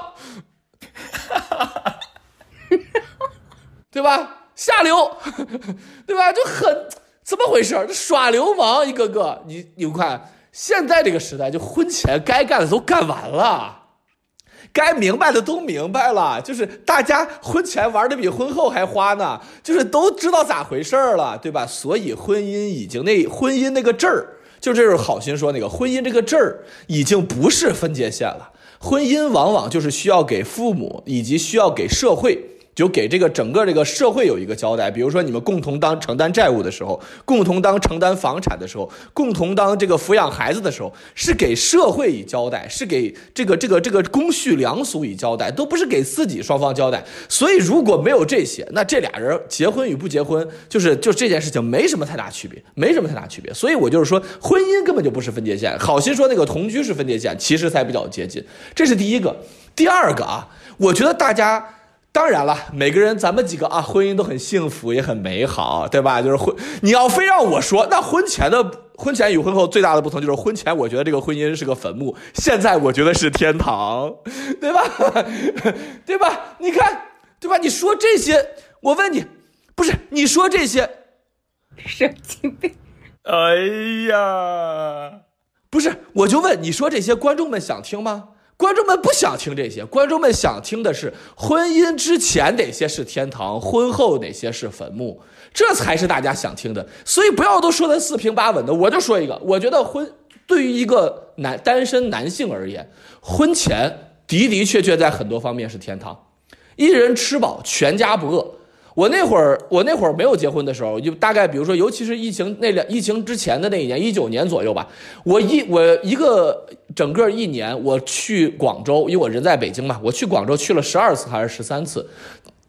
对吧？下流，对吧？就很怎么回事？耍流氓一个个，你看现在这个时代，就婚前该干的都干完了。该明白的都明白了，就是大家婚前玩的比婚后还花呢，就是都知道咋回事了，对吧？所以婚姻那个证儿，就这是好心说那个婚姻这个证儿已经不是分界线了，婚姻往往就是需要给父母以及需要给社会，就给这个整个这个社会有一个交代。比如说你们共同当承担债务的时候，共同当承担房产的时候，共同当这个抚养孩子的时候，是给社会以交代，是给这个公序良俗以交代，都不是给自己双方交代。所以如果没有这些，那这俩人结婚与不结婚，就这件事情没什么太大区别，所以我就是说婚姻根本就不是分界线。好心说那个同居是分界线，其实才比较接近，这是第一个。第二个啊，我觉得大家当然了，每个人咱们几个啊，婚姻都很幸福，也很美好，对吧？就是你要非让我说，那婚前与婚后最大的不同就是婚前我觉得这个婚姻是个坟墓，现在我觉得是天堂，对吧？对吧？你看，对吧？你说这些，我问你，不是你说这些， 神经病！ 哎呀， 不是，我就问你说这些，观众们想听吗？观众们不想听这些，观众们想听的是婚姻之前哪些是天堂，婚后哪些是坟墓，这才是大家想听的。所以不要都说的四平八稳的，我就说一个，我觉得对于一个单身男性而言，婚前的确在很多方面是天堂，一人吃饱全家不饿。我那会儿没有结婚的时候，就大概比如说，尤其是疫情之前的那一年，19年左右吧，我一个整个一年，我去广州，因为我人在北京嘛，我去广州去了12次还是13次，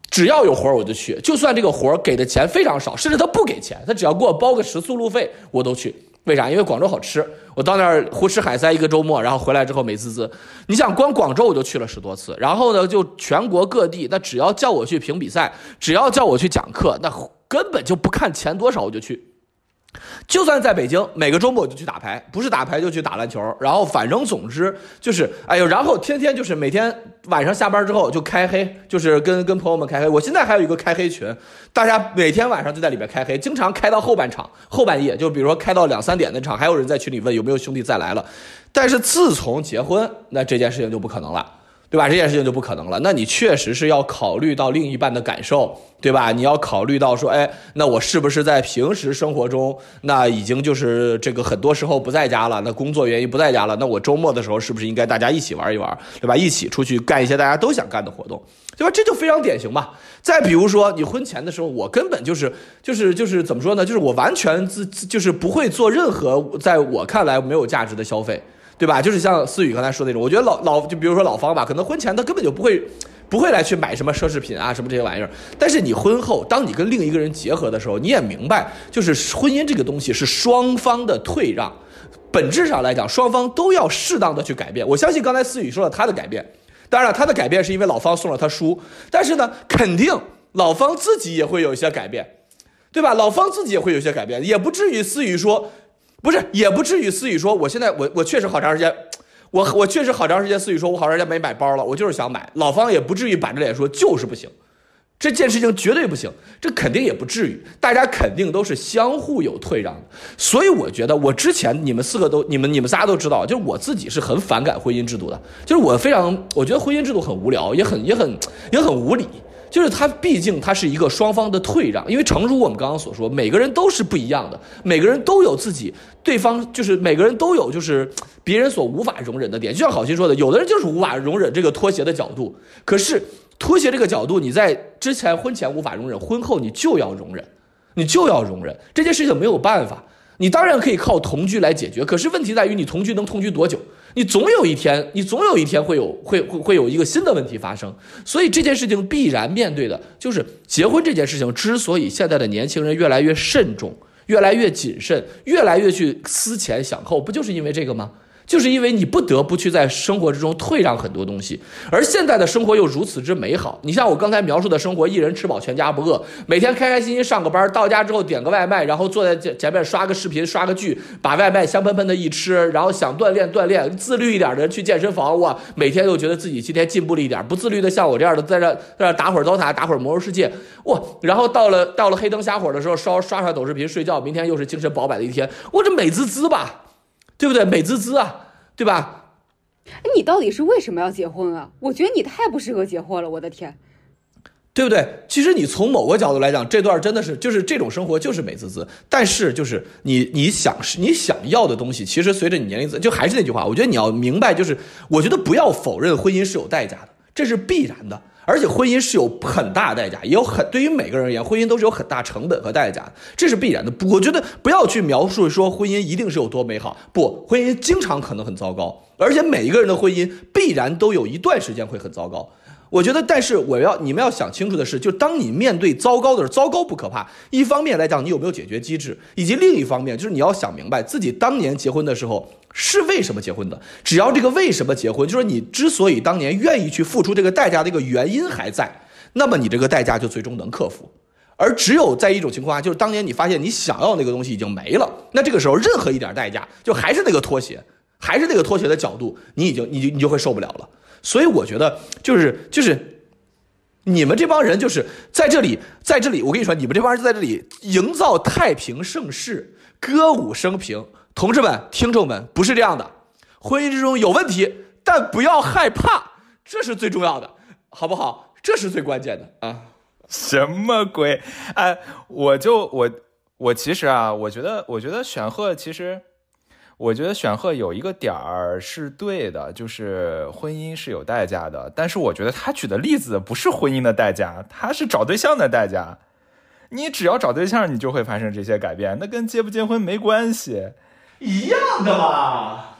只要有活我就去，就算这个活给的钱非常少，甚至他不给钱，他只要给我包个食宿路费我都去。为啥？因为广州好吃，我到那儿胡吃海塞一个周末，然后回来之后美滋滋。你想光广州我就去了10多次，然后呢就全国各地，那只要叫我去评比赛，只要叫我去讲课，那根本就不看钱多少我就去。就算在北京，每个周末我就去打牌，不是打牌就去打篮球，然后反正总之就是，哎呦，然后天天就是每天晚上下班之后就开黑，就是跟朋友们开黑。我现在还有一个开黑群，大家每天晚上就在里边开黑，经常开到后半夜，就比如说开到2、3点那场，还有人在群里问有没有兄弟再来了。但是自从结婚，那这件事情就不可能了。对吧？这件事情就不可能了。那你确实是要考虑到另一半的感受，对吧？你要考虑到说，哎，那我是不是在平时生活中，那已经就是这个很多时候不在家了，那工作原因不在家了，那我周末的时候是不是应该大家一起玩一玩，对吧？一起出去干一些大家都想干的活动，对吧？这就非常典型嘛。再比如说你婚前的时候，我根本就是怎么说呢？就是我完全就是不会做任何在我看来没有价值的消费。对吧？就是像思雨刚才说的那种，我觉得就比如说老方吧，可能婚前他根本就不会来去买什么奢侈品啊，什么这些玩意儿。但是你婚后，当你跟另一个人结合的时候，你也明白，就是婚姻这个东西是双方的退让，本质上来讲，双方都要适当的去改变。我相信刚才思雨说了他的改变，当然了，他的改变是因为老方送了他书，但是呢，肯定老方自己也会有一些改变，对吧？老方自己也会有一些改变，也不至于思雨说。不是，也不至于思雨说，我现在我确实好长时间，我确实好长时间，思雨说我好长时间没买包了，我就是想买。老方也不至于板着脸说就是不行，这件事情绝对不行，这肯定也不至于，大家肯定都是相互有退让的。所以我觉得我之前你们仨都知道，就是我自己是很反感婚姻制度的，就是我觉得婚姻制度很无聊，也很无理。就是它毕竟它是一个双方的退让，因为诚如我们刚刚所说，每个人都是不一样的，每个人都有自己对方，就是每个人都有就是别人所无法容忍的点。就像郝鑫说的，有的人就是无法容忍这个拖鞋的角度，可是拖鞋这个角度你在之前婚前无法容忍，婚后你就要容忍，这件事情没有办法。你当然可以靠同居来解决，可是问题在于你同居能同居多久？你总有一天会有一个新的问题发生，所以这件事情必然面对的就是结婚这件事情。之所以现在的年轻人越来越慎重，越来越谨慎，越来越去思前想后，不就是因为这个吗？就是因为你不得不去在生活之中退让很多东西，而现在的生活又如此之美好。你像我刚才描述的生活，一人吃饱全家不饿，每天开开心心上个班，到家之后点个外卖，然后坐在前面刷个视频刷个剧，把外卖香喷喷的一吃，然后想锻炼，自律一点的人去健身房，哇，每天又觉得自己今天进步了一点。不自律的像我这样的在这打会儿刀塔，打会儿魔兽世界，哇，然后到了黑灯瞎火的时候刷抖视频睡觉，明天又是精神饱满的一天，我这美滋滋吧，对不对？美滋滋啊，对吧？ 你到底是为什么要结婚啊？我觉得你太不适合结婚了，我的天， 对不对？其实你从某个角度来讲，这段真的是就是这种生活就是美滋滋，但是就是你想要的东西，其实随着你年龄就还是那句话，我觉得你要明白，就是我觉得不要否认婚姻是有代价的，这是必然的。而且婚姻是有很大代价，对于每个人而言，婚姻都是有很大成本和代价的，这是必然的。我觉得不要去描述说婚姻一定是有多美好，不，婚姻经常可能很糟糕，而且每一个人的婚姻必然都有一段时间会很糟糕。我觉得，但是你们要想清楚的是，就当你面对糟糕的时候，糟糕不可怕。一方面来讲，你有没有解决机制，以及另一方面就是你要想明白自己当年结婚的时候是为什么结婚的。只要这个为什么结婚，就是你之所以当年愿意去付出这个代价的一个原因还在，那么你这个代价就最终能克服。而只有在一种情况下，就是当年你发现你想要那个东西已经没了，那这个时候任何一点代价，就还是那个拖鞋的角度，你就会受不了了。所以我觉得就是你们这帮人就是在这里，我跟你说，你们这帮人在这里营造太平盛世，歌舞升平。同志们、听众们，不是这样的，婚姻之中有问题，但不要害怕，这是最重要的，好不好？这是最关键的啊！ 什么鬼？哎，我其实啊，我觉得选赫其实。我觉得选赫有一个点儿是对的，就是婚姻是有代价的，但是我觉得他举的例子不是婚姻的代价，他是找对象的代价。你只要找对象，你就会发生这些改变，那跟结不结婚没关系， 一样的嘛。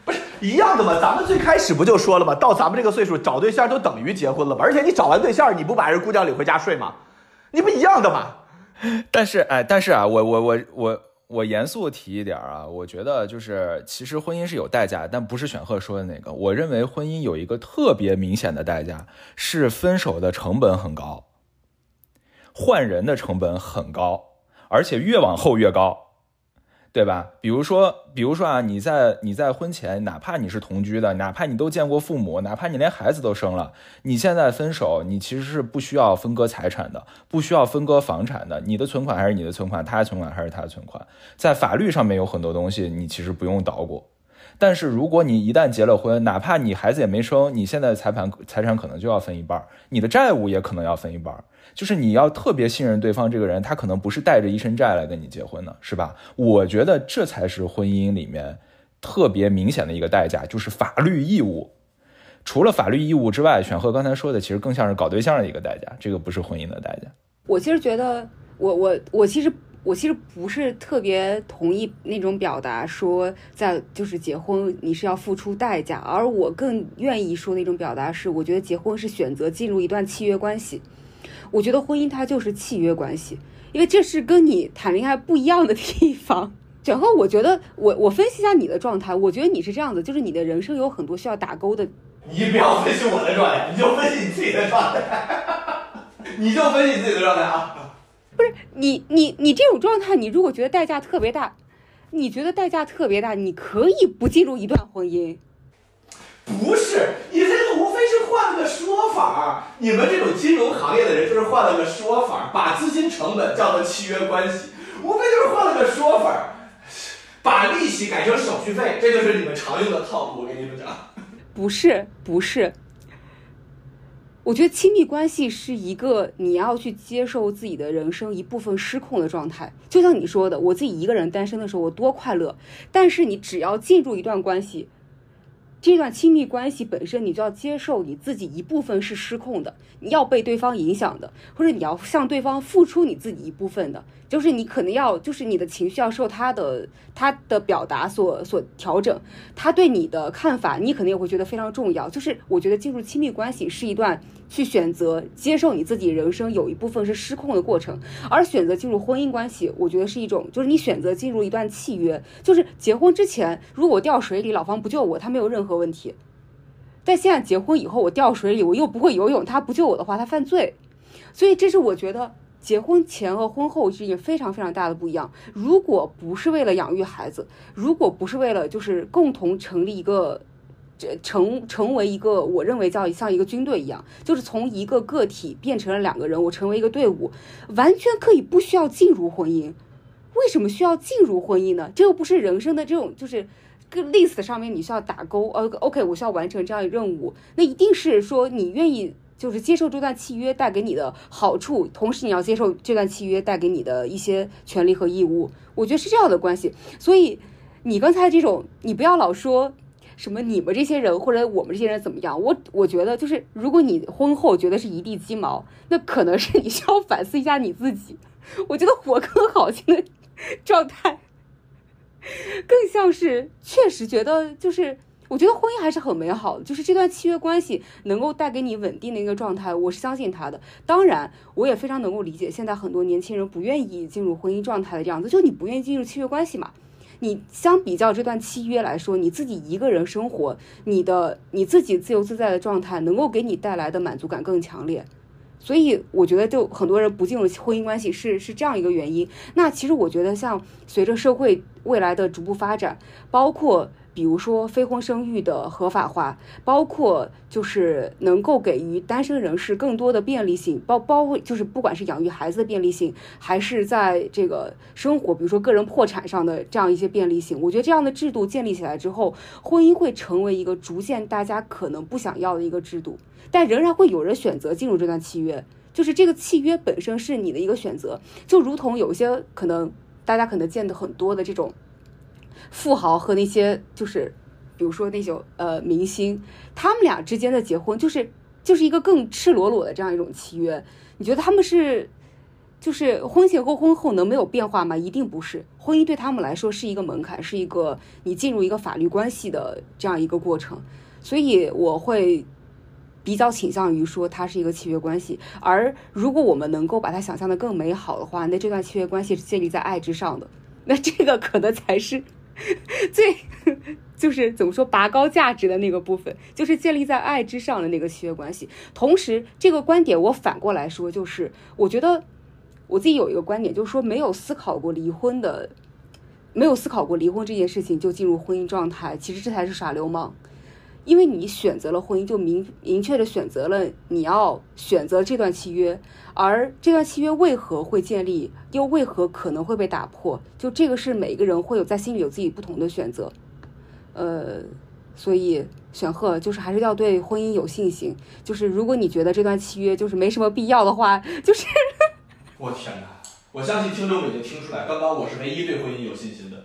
不是一样的吗？咱们最开始不就说了吗？到咱们这个岁数找对象都等于结婚了吗？而且你找完对象，你不把人姑娘领回家睡吗？你不一样的吗？ 但是啊，我严肃提一点啊，我觉得就是其实婚姻是有代价，但不是选赫说的那个。我认为婚姻有一个特别明显的代价，是分手的成本很高，换人的成本很高，而且越往后越高。对吧？比如说啊，你在婚前，哪怕你是同居的，哪怕你都见过父母，哪怕你连孩子都生了，你现在分手，你其实是不需要分割财产的，不需要分割房产的，你的存款还是你的存款，他的存款还是他的存款，在法律上面有很多东西你其实不用捣鼓。但是如果你一旦结了婚，哪怕你孩子也没生，你现在的财产可能就要分一半，你的债务也可能要分一半，就是你要特别信任对方这个人，他可能不是带着一身债来跟你结婚的，是吧？我觉得这才是婚姻里面特别明显的一个代价，就是法律义务。除了法律义务之外，选赫刚才说的其实更像是搞对象的一个代价，这个不是婚姻的代价。 我其实觉得我其实不是特别同意那种表达，说在就是结婚你是要付出代价，而我更愿意说的一种表达是，我觉得结婚是选择进入一段契约关系。我觉得婚姻它就是契约关系，因为这是跟你谈恋爱不一样的地方。然后我觉得我分析一下你的状态，我觉得你是这样子，就是你的人生有很多需要打勾的。 你不要分析我的状态，你就分析你自己的状态，你就分析你自己的状态啊。 不是你这种状态，你如果觉得代价特别大，你可以不进入一段婚姻。 不是，你这个无非是换了个说法，你们这种金融行业的人就是换了个说法，把资金成本叫做契约关系，无非就是换了个说法，把利息改成手续费，这就是你们常用的套路。我跟你们讲，不是， 我觉得亲密关系是一个你要去接受自己的人生一部分失控的状态。就像你说的，我自己一个人单身的时候我多快乐，但是你只要进入一段关系，这段亲密关系本身你就要接受你自己一部分是失控的，你要被对方影响的，或者你要向对方付出你自己一部分的，就是你可能要就是你的情绪要受他的表达所调整，他对你的看法你肯定也会觉得非常重要。就是我觉得进入亲密关系是一段去选择接受你自己人生有一部分是失控的过程，而选择进入婚姻关系，我觉得是一种就是你选择进入一段契约，就是结婚之前如果我掉水里老方不救我，他没有任何问题，但现在结婚以后我掉水里我又不会游泳，他不救我的话他犯罪。所以这是我觉得结婚前和婚后是一件非常非常大的不一样。如果不是为了养育孩子，如果不是为了就是共同成立一个成为一个我认为叫像一个军队一样，就是从一个个体变成了两个人，我成为一个队伍，完全可以不需要进入婚姻。为什么需要进入婚姻呢？这又不是人生的这种就是个 list 上面你需要打勾，OK 我需要完成这样的任务，那一定是说你愿意就是接受这段契约带给你的好处，同时你要接受这段契约带给你的一些权利和义务，我觉得是这样的关系。所以你刚才这种，你不要老说什么你们这些人或者我们这些人怎么样，我觉得就是如果你婚后觉得是一地鸡毛，那可能是你需要反思一下你自己。我觉得我更好心的状态更像是确实觉得就是我觉得婚姻还是很美好的，就是这段契约关系能够带给你稳定的一个状态，我是相信他的。当然我也非常能够理解现在很多年轻人不愿意进入婚姻状态的这样子，就你不愿意进入契约关系嘛，你相比较这段契约来说，你自己一个人生活，你自己自由自在的状态能够给你带来的满足感更强烈。所以我觉得就很多人不进入婚姻关系是这样一个原因。那其实我觉得像随着社会未来的逐步发展，包括比如说非婚生育的合法化，包括就是能够给予单身人士更多的便利性，包括就是不管是养育孩子的便利性，还是在这个生活比如说个人破产上的这样一些便利性，我觉得这样的制度建立起来之后，婚姻会成为一个逐渐大家可能不想要的一个制度，但仍然会有人选择进入这段契约，就是这个契约本身是你的一个选择。就如同有些可能大家可能见得很多的这种富豪和那些就是比如说那种明星，他们俩之间的结婚就是一个更赤裸裸的这样一种契约。你觉得他们是就是婚前和婚后能没有变化吗？一定不是。婚姻对他们来说是一个门槛，是一个你进入一个法律关系的这样一个过程，所以我会比较倾向于说它是一个契约关系。而如果我们能够把它想象的更美好的话，那这段契约关系是建立在爱之上的，那这个可能才是最就是怎么说拔高价值的那个部分，就是建立在爱之上的那个契约关系。同时这个观点我反过来说，就是我觉得我自己有一个观点，就是说没有思考过离婚这件事情就进入婚姻状态，其实这才是耍流氓。因为你选择了婚姻，就明确的选择了你要选择这段契约，而这段契约为何会建立，又为何可能会被打破，就这个是每个人会有在心里有自己不同的选择。所以选赫就是还是要对婚姻有信心，就是如果你觉得这段契约就是没什么必要的话，就是我天哪！我相信听众们已经听出来，刚刚我是唯一对婚姻有信心的。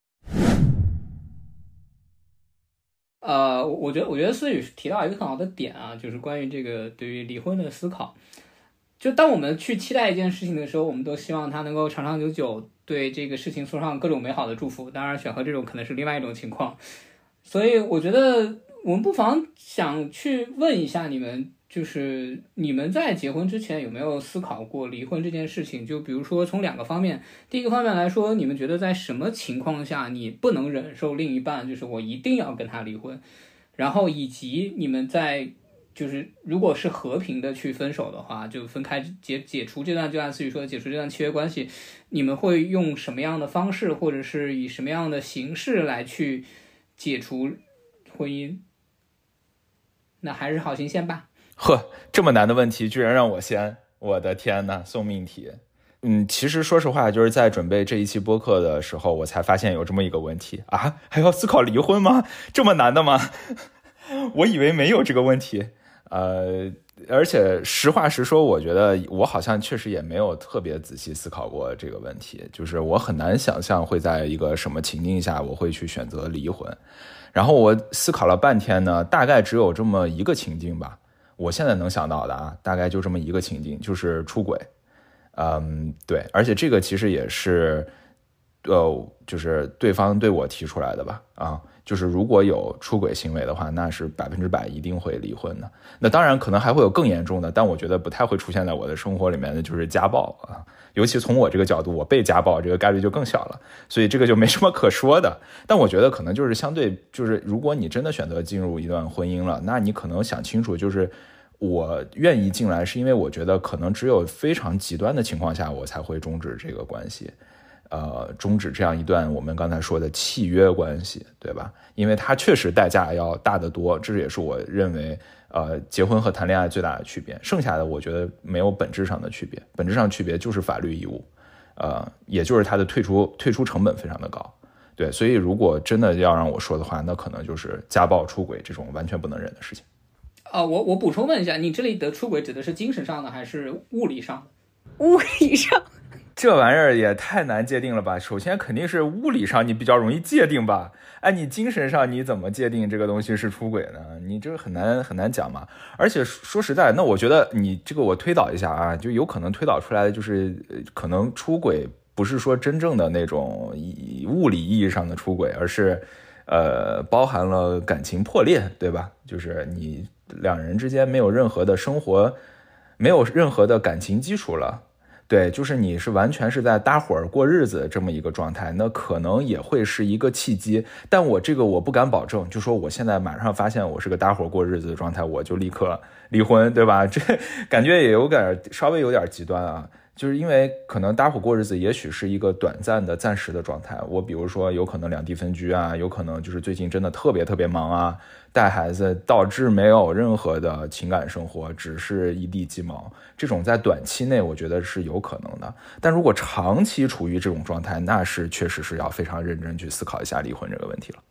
我觉得思雨提到一个很好的点啊，就是关于这个对于离婚的思考。就当我们去期待一件事情的时候，我们都希望它能够长长久久，对这个事情送上各种美好的祝福。当然，选和这种可能是另外一种情况。所以我觉得我们不妨想去问一下你们，就是你们在结婚之前有没有思考过离婚这件事情？就比如说从两个方面，第一个方面来说，你们觉得在什么情况下你不能忍受另一半，就是我一定要跟他离婚，然后以及你们在就是如果是和平的去分手的话，就分开解除这段，就按思雨说的解除这段契约关系，你们会用什么样的方式，或者是以什么样的形式来去解除婚姻？那还是好心先吧。 呵，这么难的问题居然让我先，我的天哪，送命题。其实说实话，就是在准备这一期播客的时候，我才发现有这么一个问题啊，还要思考离婚吗？这么难的吗？我以为没有这个问题。而且实话实说，我觉得我好像确实也没有特别仔细思考过这个问题，就是我很难想象会在一个什么情境下我会去选择离婚。然后我思考了半天呢，大概只有这么一个情境吧，我现在能想到的啊，大概就这么一个情境，就是出轨。对，而且这个其实也是就是对方对我提出来的吧，就是如果有出轨行为的话，那是100%一定会离婚的。那当然可能还会有更严重的，但我觉得不太会出现在我的生活里面的，就是家暴啊。尤其从我这个角度，我被家暴这个概率就更小了，所以这个就没什么可说的。但我觉得可能就是相对，就是如果你真的选择进入一段婚姻了，那你可能想清楚，就是我愿意进来是因为我觉得可能只有非常极端的情况下，我才会终止这个关系。终止这样一段我们刚才说的契约关系，对吧？因为它确实代价要大得多，这也是我认为结婚和谈恋爱最大的区别。剩下的我觉得没有本质上的区别，本质上区别就是法律义务，也就是它的退出成本非常的高。对，所以如果真的要让我说的话，那可能就是家暴、出轨这种完全不能忍的事情。 我补充问一下，你这里的出轨指的是精神上的还是物理上的？ 物理上。 这玩意儿也太难界定了吧。首先肯定是物理上你比较容易界定吧，你精神上你怎么界定这个东西是出轨呢？你这个很难讲嘛。而且说实在，那我觉得你这个我推导一下啊，就有可能推导出来的就是可能出轨不是说真正的那种物理意义上的出轨，而是包含了感情破裂，对吧？就是你两人之间没有任何的生活，没有任何的感情基础了。对，就是你是完全是在搭伙过日子这么一个状态，那可能也会是一个契机，但我这个我不敢保证，就说我现在马上发现我是个搭伙过日子的状态，我就立刻离婚，对吧？这感觉也稍微有点极端啊。就是因为可能搭伙过日子也许是一个短暂的暂时的状态，我比如说有可能两地分居啊，有可能就是最近真的特别忙啊，带孩子导致没有任何的情感生活，只是一地鸡毛，这种在短期内我觉得是有可能的。但如果长期处于这种状态，那是确实是要非常认真去思考一下离婚这个问题了。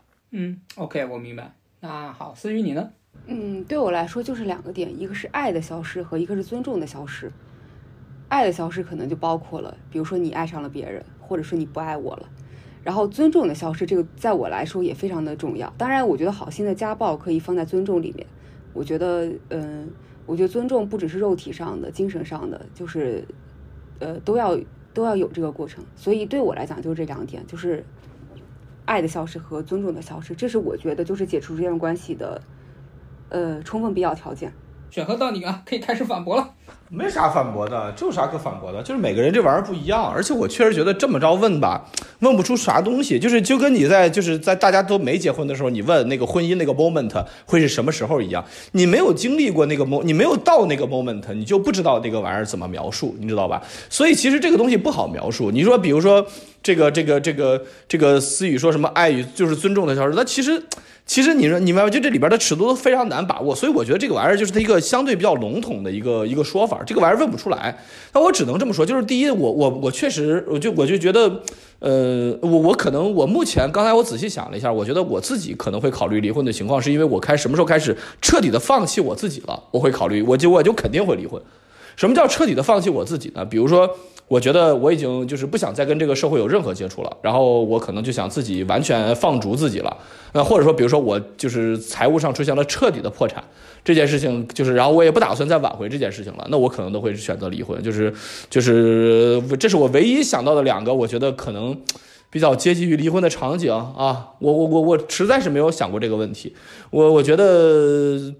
OK， 我明白。那好，思雨你呢？ 对我来说就是两个点，一个是爱的消失和一个是尊重的消失。爱的消失可能就包括了，比如说你爱上了别人，或者说你不爱我了。然后尊重的消失，这个在我来说也非常的重要。当然，我觉得好心的家暴可以放在尊重里面。我觉得尊重不只是肉体上的、精神上的，就是都要有这个过程。所以对我来讲就是这2点，就是爱的消失和尊重的消失，这是我觉得就是解除这段关系的充分必要条件。 选和到你啊，可以开始反驳了。 没啥反驳的，就啥可反驳的，就是每个人这玩意儿不一样，而且我确实觉得这么着问吧，问不出啥东西，就跟你在大家都没结婚的时候，你问那个婚姻那个 moment 会是什么时候一样，你没有经历过那个你没有到那个 moment， 你就不知道那个玩意儿怎么描述，你知道吧？所以其实这个东西不好描述。你说，比如说这个思雨说什么爱与就是尊重的消失，那其实你说你们就这里边的尺度都非常难把握，所以我觉得这个玩意儿就是它一个相对比较笼统的一个说法，这个玩意儿问不出来。那我只能这么说，就是第一，我确实我就觉得，我可能我目前刚才我仔细想了一下，我觉得我自己可能会考虑离婚的情况，是因为我什么时候开始彻底的放弃我自己了，我会考虑，我就肯定会离婚。什么叫彻底的放弃我自己呢？比如说，我觉得我已经就是不想再跟这个社会有任何接触了，然后我可能就想自己完全放逐自己了。那或者说，比如说我就是财务上出现了彻底的破产，这件事情就是，然后我也不打算再挽回这件事情了，那我可能都会选择离婚。就是这是我唯一想到的2个，我觉得可能比较接近于离婚的场景啊。我实在是没有想过这个问题，我觉得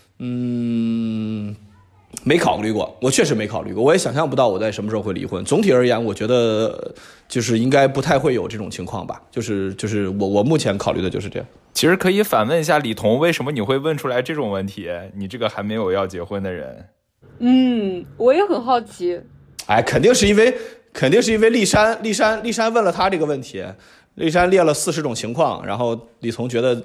没考虑过，我确实没考虑过，我也想象不到我在什么时候会离婚。总体而言，我觉得就是应该不太会有这种情况吧。就是我目前考虑的就是这样。 其实可以反问一下李彤，为什么你会问出来这种问题？你这个还没有要结婚的人。 我也很好奇。 哎，肯定是因为丽珊问了他这个问题，丽珊列了40种情况，然后李彤觉得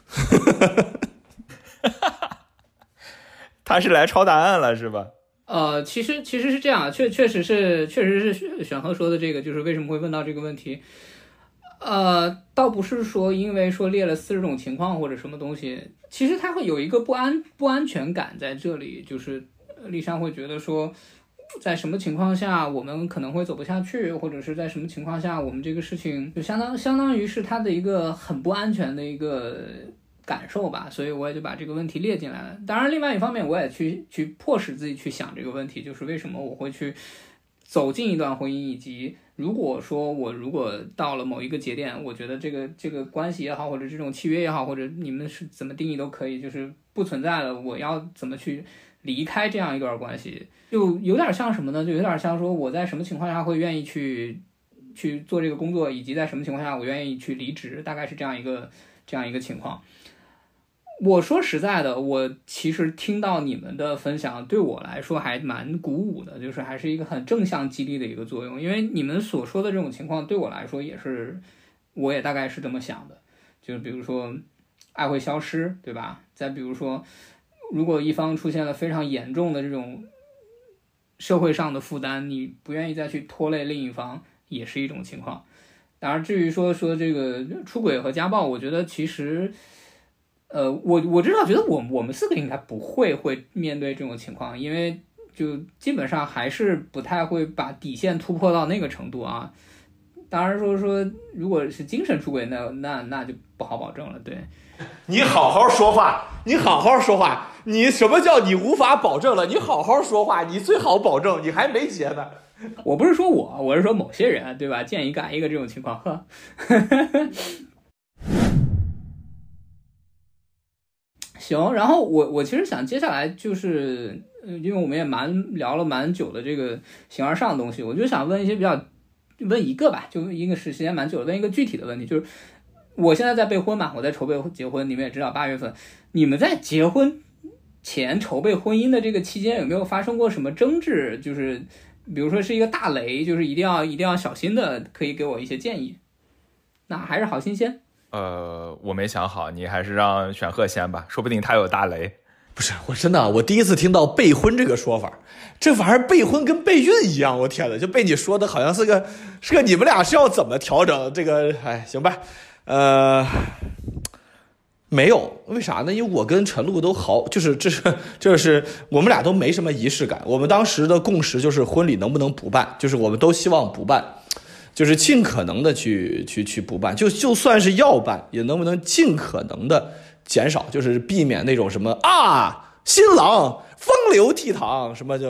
他是来抄答案了是吧？ 其实是这样，确实是选和说的这个，就是为什么会问到这个问题。倒不是说因为说列了40种情况或者什么东西，其实他会有一个不安全感在这里，就是丽珊会觉得说，在什么情况下我们可能会走不下去，或者是在什么情况下我们这个事情就相当于是他的一个很不安全的一个感受吧，所以我也就把这个问题列进来了。当然另外一方面我也去迫使自己去想这个问题，就是为什么我会去走进一段婚姻，以及如果到了某一个节点，我觉得这个关系也好，或者这种契约也好，或者你们是怎么定义都可以，就是不存在了，我要怎么去离开这样一段关系，就有点像什么呢？就有点像说我在什么情况下会愿意去做这个工作，以及在什么情况下我愿意去离职，大概是这样一个情况。我说实在的，我其实听到你们的分享对我来说还蛮鼓舞的，就是还是一个很正向激励的一个作用，因为你们所说的这种情况对我来说也是，我也大概是这么想的，就是比如说爱会消失，对吧？再比如说如果一方出现了非常严重的这种社会上的负担，你不愿意再去拖累另一方也是一种情况。当然至于说这个出轨和家暴，我觉得其实我至少觉得我们4个应该不会面对这种情况，因为就基本上还是不太会把底线突破到那个程度啊。当然说如果是精神出轨，那就不好保证了。对， 你好好说话，你什么叫你无法保证了？你好好说话，你最好保证，你还没结呢。 我不是说我是说某些人，对吧？见一个爱一个这种情况，呵。行，然后我其实想接下来就是因为我们也聊了蛮久的这个形而上的东西，我就想问一个吧，就一个时间蛮久的，问一个具体的问题，就是我现在在备婚嘛，我在筹备结婚，你们也知道8月份，你们在结婚前筹备婚姻的这个期间有没有发生过什么争执？就是比如说是一个大雷，就是一定要小心的，可以给我一些建议。那还是好新鲜。 我没想好，你还是让选赫先吧，说不定他有大雷。 不是，我真的，我第一次听到备婚这个说法，这玩意儿备婚跟备孕一样，我天哪，就被你说的好像是个你们俩是要怎么调整这个？哎，行吧，没有，为啥呢？因为我跟陈露都这是我们俩都没什么仪式感，我们当时的共识就是婚礼能不能不办，就是我们都希望不办。就是尽可能的去不办，就算是要办，也能不能尽可能的减少，就是避免那种什么啊新郎风流倜傥什么就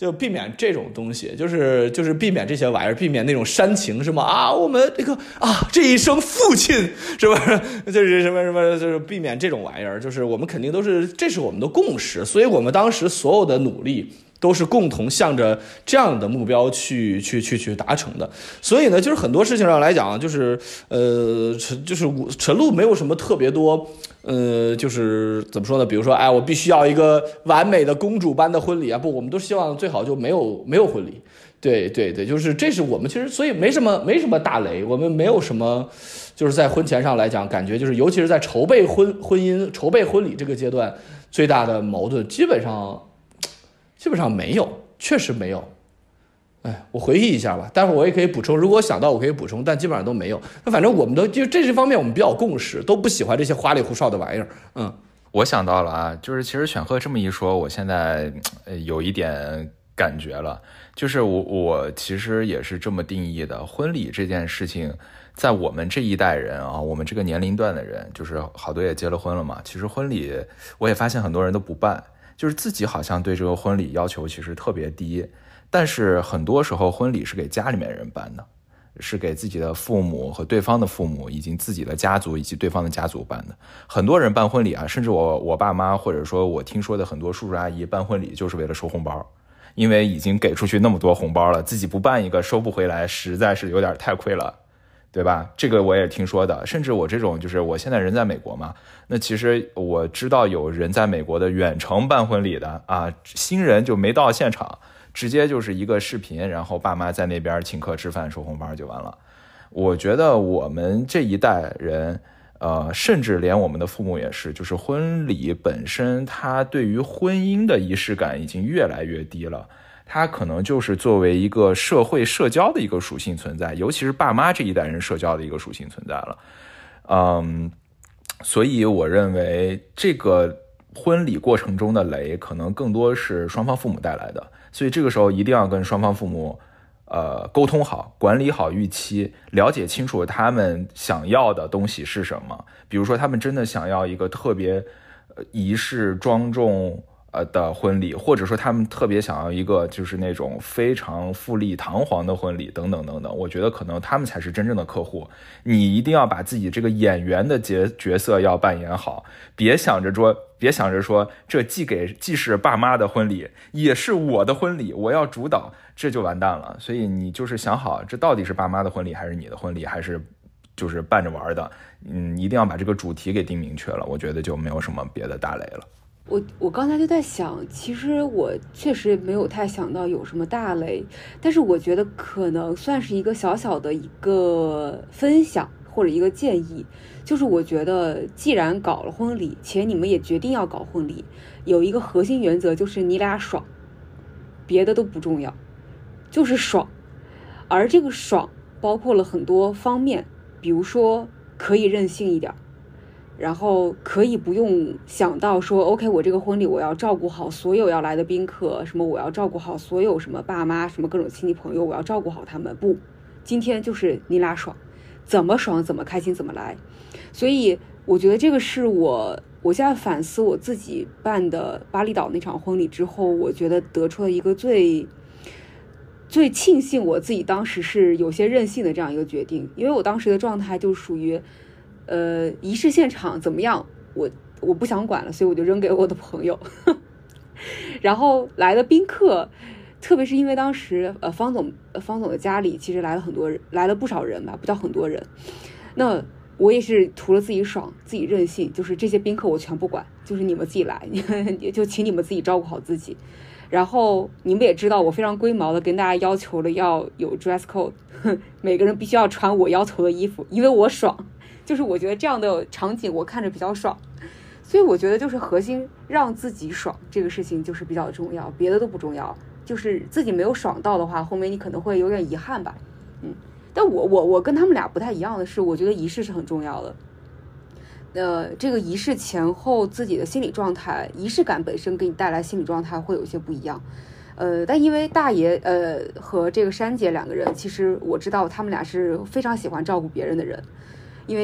就避免这种东西，就是避免这些玩意儿，避免那种煽情，是吗？啊，我们这个这一生父亲是吧？就是什么，就是避免这种玩意儿，就是我们肯定都是，这是我们的共识，所以我们当时所有的努力都是共同向着这样的目标去达成的。所以呢，就是很多事情上来讲，就是陈露没有什么特别多。就是怎么说呢？比如说，我必须要一个完美的公主般的婚礼啊！不，我们都希望最好就没有婚礼。对，就是这是我们其实所以没什么大雷，我们没有什么，就是在婚前上来讲，感觉就是尤其是在筹备婚姻、筹备婚礼这个阶段，最大的矛盾基本上没有，确实没有。我回忆一下吧，待会儿我也可以补充，如果想到我可以补充，但基本上都没有。那反正我们就这方面我们比较共识，都不喜欢这些花里胡哨的玩意儿。 我想到了啊，就是其实选赫这么一说，我现在有一点感觉了，就是我其实也是这么定义的，婚礼这件事情，在我们这一代人啊，我们这个年龄段的人，就是好多也结了婚了嘛，其实婚礼我也发现很多人都不办，就是自己好像对这个婚礼要求其实特别低。但是很多时候婚礼是给家里面人办的，是给自己的父母和对方的父母以及自己的家族以及对方的家族办的。很多人办婚礼啊，甚至我爸妈或者说我听说的很多叔叔阿姨办婚礼就是为了收红包，因为已经给出去那么多红包了，自己不办一个收不回来，实在是有点太亏了，对吧？这个我也听说的。甚至我这种就是我现在人在美国嘛，那其实我知道有人在美国的远程办婚礼的啊，新人就没到现场，直接就是一个视频，然后爸妈在那边请客吃饭收红包就完了。我觉得我们这一代人甚至连我们的父母也是，就是婚礼本身它对于婚姻的仪式感已经越来越低了，它可能就是作为一个社会社交的一个属性存在，尤其是爸妈这一代人社交的一个属性存在了。所以我认为这个婚礼过程中的雷可能更多是双方父母带来的，所以这个时候一定要跟双方父母沟通好，管理好预期，了解清楚他们想要的东西是什么。比如说他们真的想要一个特别仪式庄重的婚礼，或者说他们特别想要一个就是那种非常富丽堂皇的婚礼等等等等，我觉得可能他们才是真正的客户。你一定要把自己这个演员的角色要扮演好，别想着说这既是爸妈的婚礼也是我的婚礼，我要主导，这就完蛋了。所以你就是想好这到底是爸妈的婚礼还是你的婚礼，还是就是伴着玩的，一定要把这个主题给定明确了，我觉得就没有什么别的大雷了。 我刚才就在想，其实我确实没有太想到有什么大雷，但是我觉得可能算是一个小小的一个分享或者一个建议，就是我觉得既然搞了婚礼，且你们也决定要搞婚礼，有一个核心原则就是你俩爽，别的都不重要，就是爽。而这个爽包括了很多方面，比如说可以任性一点，然后可以不用想到说 OK 我这个婚礼我要照顾好所有要来的宾客，什么我要照顾好所有什么爸妈什么各种亲戚朋友，我要照顾好他们。不，今天就是你俩爽，怎么爽怎么开心怎么来。所以我觉得这个是我现在反思我自己办的巴厘岛那场婚礼之后，我觉得得出了一个最庆幸我自己当时是有些任性的这样一个决定。因为我当时的状态就属于仪式现场怎么样我不想管了，所以我就扔给我的朋友然后来的宾客，特别是因为当时方总的家里其实来了不少人吧，不叫很多人，那我也是图了自己爽自己任性，就是这些宾客我全不管，就是你们自己来就请你们自己照顾好自己。然后你们也知道我非常龟毛的跟大家要求了要有 dress code 每个人必须要穿我要求的衣服，因为我爽，就是我觉得这样的场景我看着比较爽。所以我觉得就是核心让自己爽这个事情就是比较重要，别的都不重要，就是自己没有爽到的话，后面你可能会有点遗憾吧。但我跟他们俩不太一样的是，我觉得仪式是很重要的。这个仪式前后自己的心理状态，仪式感本身给你带来心理状态会有些不一样。但因为大爷和这个珊姐两个人，其实我知道他们俩是非常喜欢照顾别人的人，因为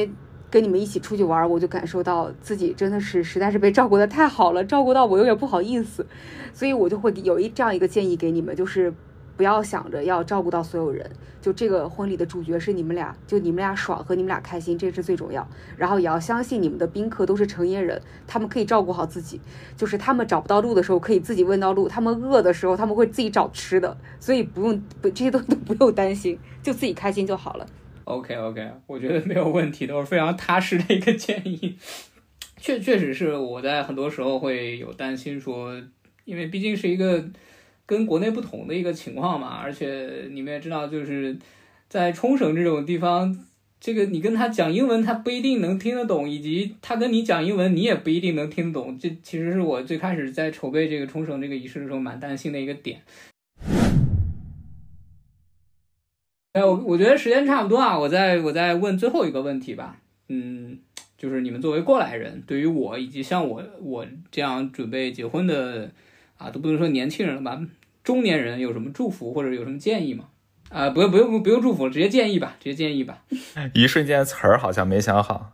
跟你们一起出去玩，我就感受到自己真的是实在是被照顾得太好了，照顾到我有点不好意思，所以我就会有这样一个建议给你们，就是不要想着要照顾到所有人，就这个婚礼的主角是你们俩，就你们俩爽和你们俩开心，这是最重要。然后也要相信你们的宾客都是成年人，他们可以照顾好自己，就是他们找不到路的时候可以自己问到路，他们饿的时候他们会自己找吃的，所以这些都不用担心，就自己开心就好了。 OK， 我觉得没有问题，都是非常踏实的一个建议。确实是我在很多时候会有担心说，因为毕竟是一个跟国内不同的一个情况嘛，而且你们也知道，就是在冲绳这种地方，这个你跟他讲英文他不一定能听得懂，以及他跟你讲英文你也不一定能听得懂，这其实是我最开始在筹备这个冲绳这个仪式的时候蛮担心的一个点。我觉得时间差不多啊，我再问最后一个问题吧。就是你们作为过来人，对于我以及像我这样准备结婚的都不能说年轻人了吧，中年人有什么祝福或者有什么建议吗？不用祝福了，直接建议吧。 一瞬间词儿好像没想好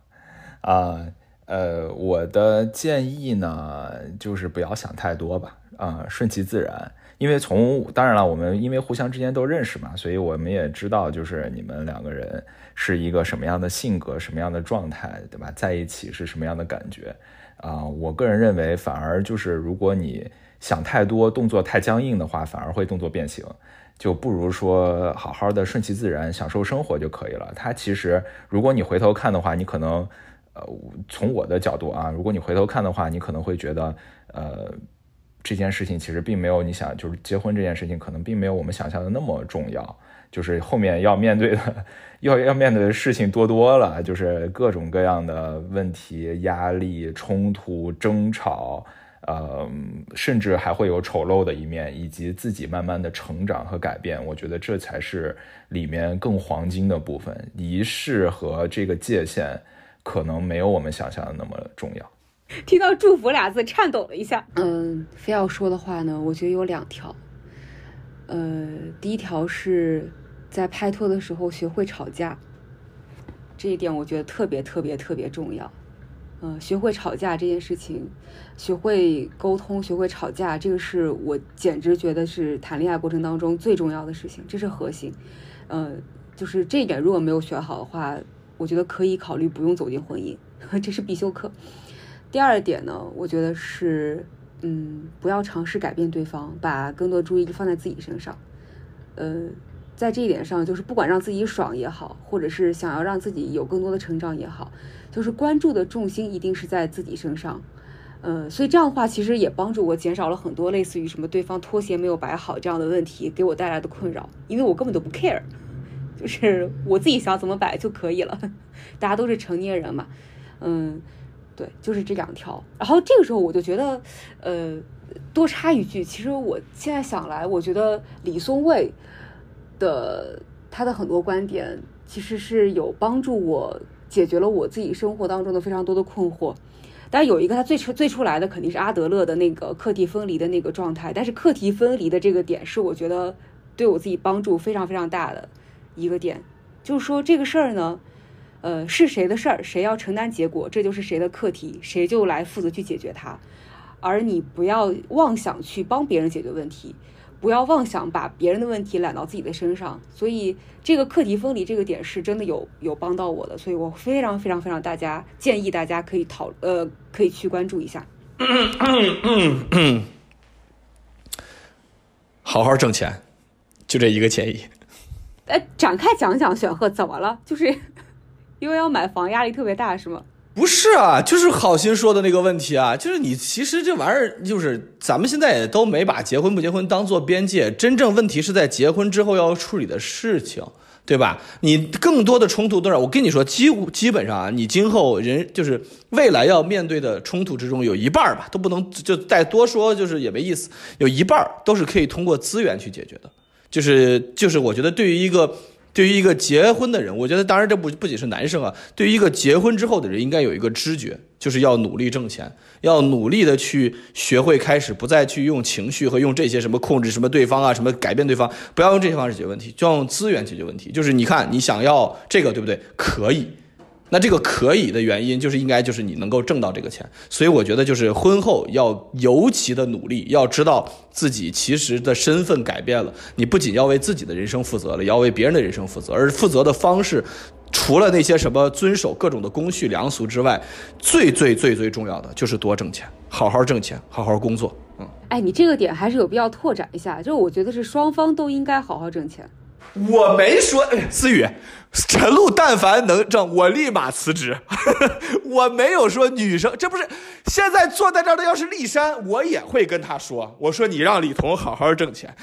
我的建议呢，就是不要想太多吧，顺其自然。因为当然了，我们因为互相之间都认识嘛，所以我们也知道就是你们两个人是一个什么样的性格，什么样的状态，对吧？在一起是什么样的感觉我个人认为反而就是如果你想太多，动作太僵硬的话，反而会动作变形，就不如说好好的顺其自然，享受生活就可以了。它其实如果你回头看的话，你可能从我的角度如果你回头看的话，你可能会觉得这件事情其实并没有就是结婚这件事情可能并没有我们想象的那么重要，就是后面要面对的事情多了，就是各种各样的问题、压力、冲突、争吵，甚至还会有丑陋的一面，以及自己慢慢的成长和改变。我觉得这才是里面更黄金的部分，仪式和这个界限可能没有我们想象的那么重要。 听到祝福俩字颤抖了一下。非要说的话呢，我觉得有2条。第一条是在拍拖的时候学会吵架，这一点我觉得特别重要。学会吵架这件事情，学会沟通，学会吵架，这个是我简直觉得是谈恋爱过程当中最重要的事情，这是核心。就是这一点如果没有学好的话，我觉得可以考虑不用走进婚姻，这是必修课。第二点呢，我觉得是不要尝试改变对方，把更多注意力放在自己身上。在这一点上，就是不管让自己爽也好，或者是想要让自己有更多的成长也好，就是关注的重心一定是在自己身上。所以这样的话其实也帮助我减少了很多类似于什么对方拖鞋没有摆好这样的问题给我带来的困扰，因为我根本都不 care， 就是我自己想怎么摆就可以了，大家都是成年人嘛。对，就是这2条。然后这个时候我就觉得多插一句，其实我现在想来，我觉得李松蔚他的很多观点其实是有帮助我解决了我自己生活当中的非常多的困惑。当然有一个他最出来的肯定是阿德勒的那个课题分离的那个状态，但是课题分离的这个点是我觉得对我自己帮助非常大的一个点，就是说这个事儿呢是谁的事儿，谁要承担结果，这就是谁的课题，谁就来负责去解决它。而你不要妄想去帮别人解决问题，不要妄想把别人的问题揽到自己的身上。所以这个课题分离这个点是真的有帮到我的，所以我非常建议大家可以去关注一下。 好好挣钱，就这一个建议。 展开讲讲，选赫怎么了？就是因为要买房压力特别大是吗？ 不是啊，就是好心说的那个问题啊，就是你其实这玩意儿就是咱们现在也都没把结婚不结婚当做边界，真正问题是在结婚之后要处理的事情，对吧？你更多的冲突都是我跟你说，基本上你今后就是未来要面对的冲突之中有一半吧，都不能就再多说，就是也没意思，有一半都是可以通过资源去解决的。就是我觉得对于一个结婚的人，我觉得当然这不仅是男生啊，对于一个结婚之后的人应该有一个知觉，就是要努力挣钱，要努力的去学会开始不再去用情绪和用这些什么控制什么对方啊，什么改变对方，不要用这些方式解决问题，就要用资源解决问题。就是你看你想要这个对不对？可以， 那这个可以的原因就是应该就是你能够挣到这个钱，所以我觉得就是婚后要尤其的努力，要知道自己其实的身份改变了，你不仅要为自己的人生负责了，也要为别人的人生负责，而负责的方式除了那些什么遵守各种的公序良俗之外，最重要的就是多挣钱，好好挣钱，好好工作。 哎，你这个点还是有必要拓展一下，就是我觉得是双方都应该好好挣钱。 我没说，思雨，陈露但凡能挣，我立马辞职。我没有说女生，这不是现在坐在这儿的要是丽珊，我也会跟她说，我说你让李彤好好挣钱。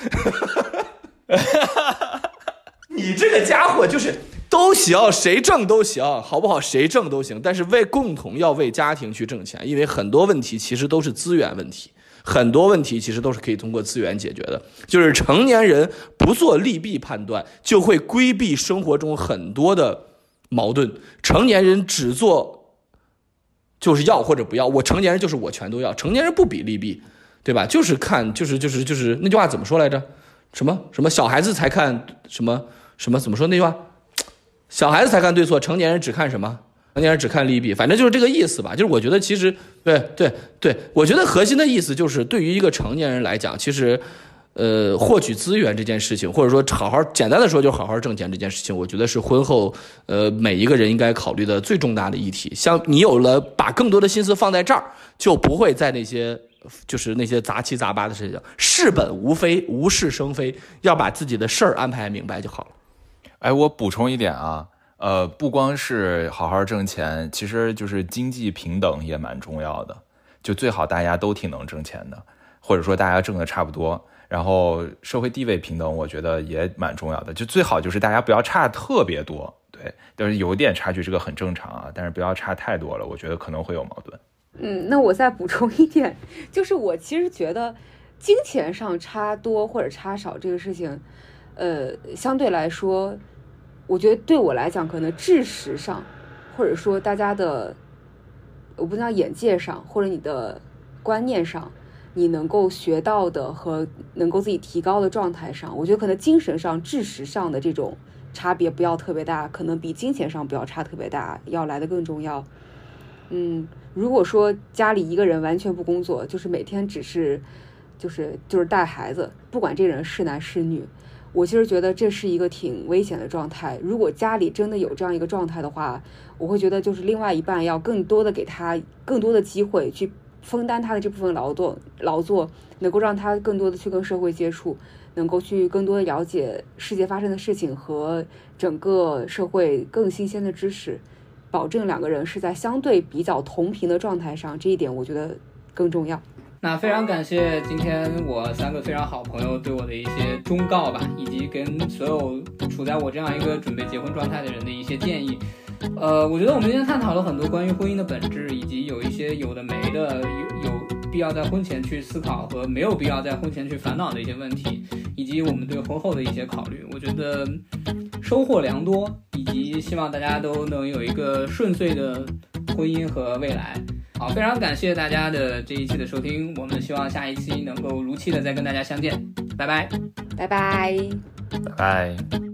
你这个家伙就是都行，谁挣都行，好不好？谁挣都行，但是共同要为家庭去挣钱，因为很多问题其实都是资源问题。很多问题其实都是可以通过资源解决的，就是成年人不做利弊判断，就会规避生活中很多的矛盾。成年人只做就是要或者不要，我成年人就是我全都要，成年人不比利弊，对吧？就是看就是那句话怎么说来着？什么小孩子才看什么怎么说那句话？小孩子才看对错，成年人只看什么？成年人只看利弊，反正就是这个意思吧。就是我觉得其实对，我觉得核心的意思就是对于一个成年人来讲，其实获取资源这件事情，或者说简单的说就是好好挣钱这件事情，我觉得是婚后每一个人应该考虑的最重大的议题。像你有了把更多的心思放在这儿，就不会在那些杂七杂八的事情，事本无非，无事生非，要把自己的事儿安排明白就好了。 哎，我补充一点啊。不光是好好挣钱，其实就是经济平等也蛮重要的，就最好大家都挺能挣钱的，或者说大家挣的差不多，然后社会地位平等我觉得也蛮重要的，就最好就是大家不要差特别多，对，但是有点差距这个很正常啊，但是不要差太多了，我觉得可能会有矛盾。 那我再补充一点，就是我其实觉得金钱上差多或者差少这个事情，相对来说我觉得对我来讲，可能知识上，或者说大家的，我不知道眼界上，或者你的观念上，你能够学到的和能够自己提高的状态上，我觉得可能精神上、知识上的这种差别不要特别大，可能比金钱上不要差特别大，要来的更重要。如果说家里一个人完全不工作，就是每天只是就是带孩子，不管这人是男是女。我其实觉得这是一个挺危险的状态。如果家里真的有这样一个状态的话，我会觉得就是另外一半要更多的给他更多的机会去分担他的这部分劳作，能够让他更多的去跟社会接触，能够去更多的了解世界发生的事情和整个社会更新鲜的知识，保证两个人是在相对比较同频的状态上，这一点我觉得更重要。 那非常感谢今天我3个非常好朋友对我的一些忠告吧，以及跟所有处在我这样一个准备结婚状态的人的一些建议。我觉得我们今天探讨了很多关于婚姻的本质，以及有一些有的没的，有必要在婚前去思考和没有必要在婚前去烦恼的一些问题，以及我们对婚后的一些考虑。我觉得收获良多，以及希望大家都能有一个顺遂的婚姻和未来。好，非常感谢大家的这一期的收听，我们希望下一期能够如期的再跟大家相见，拜拜， 拜拜， 拜拜。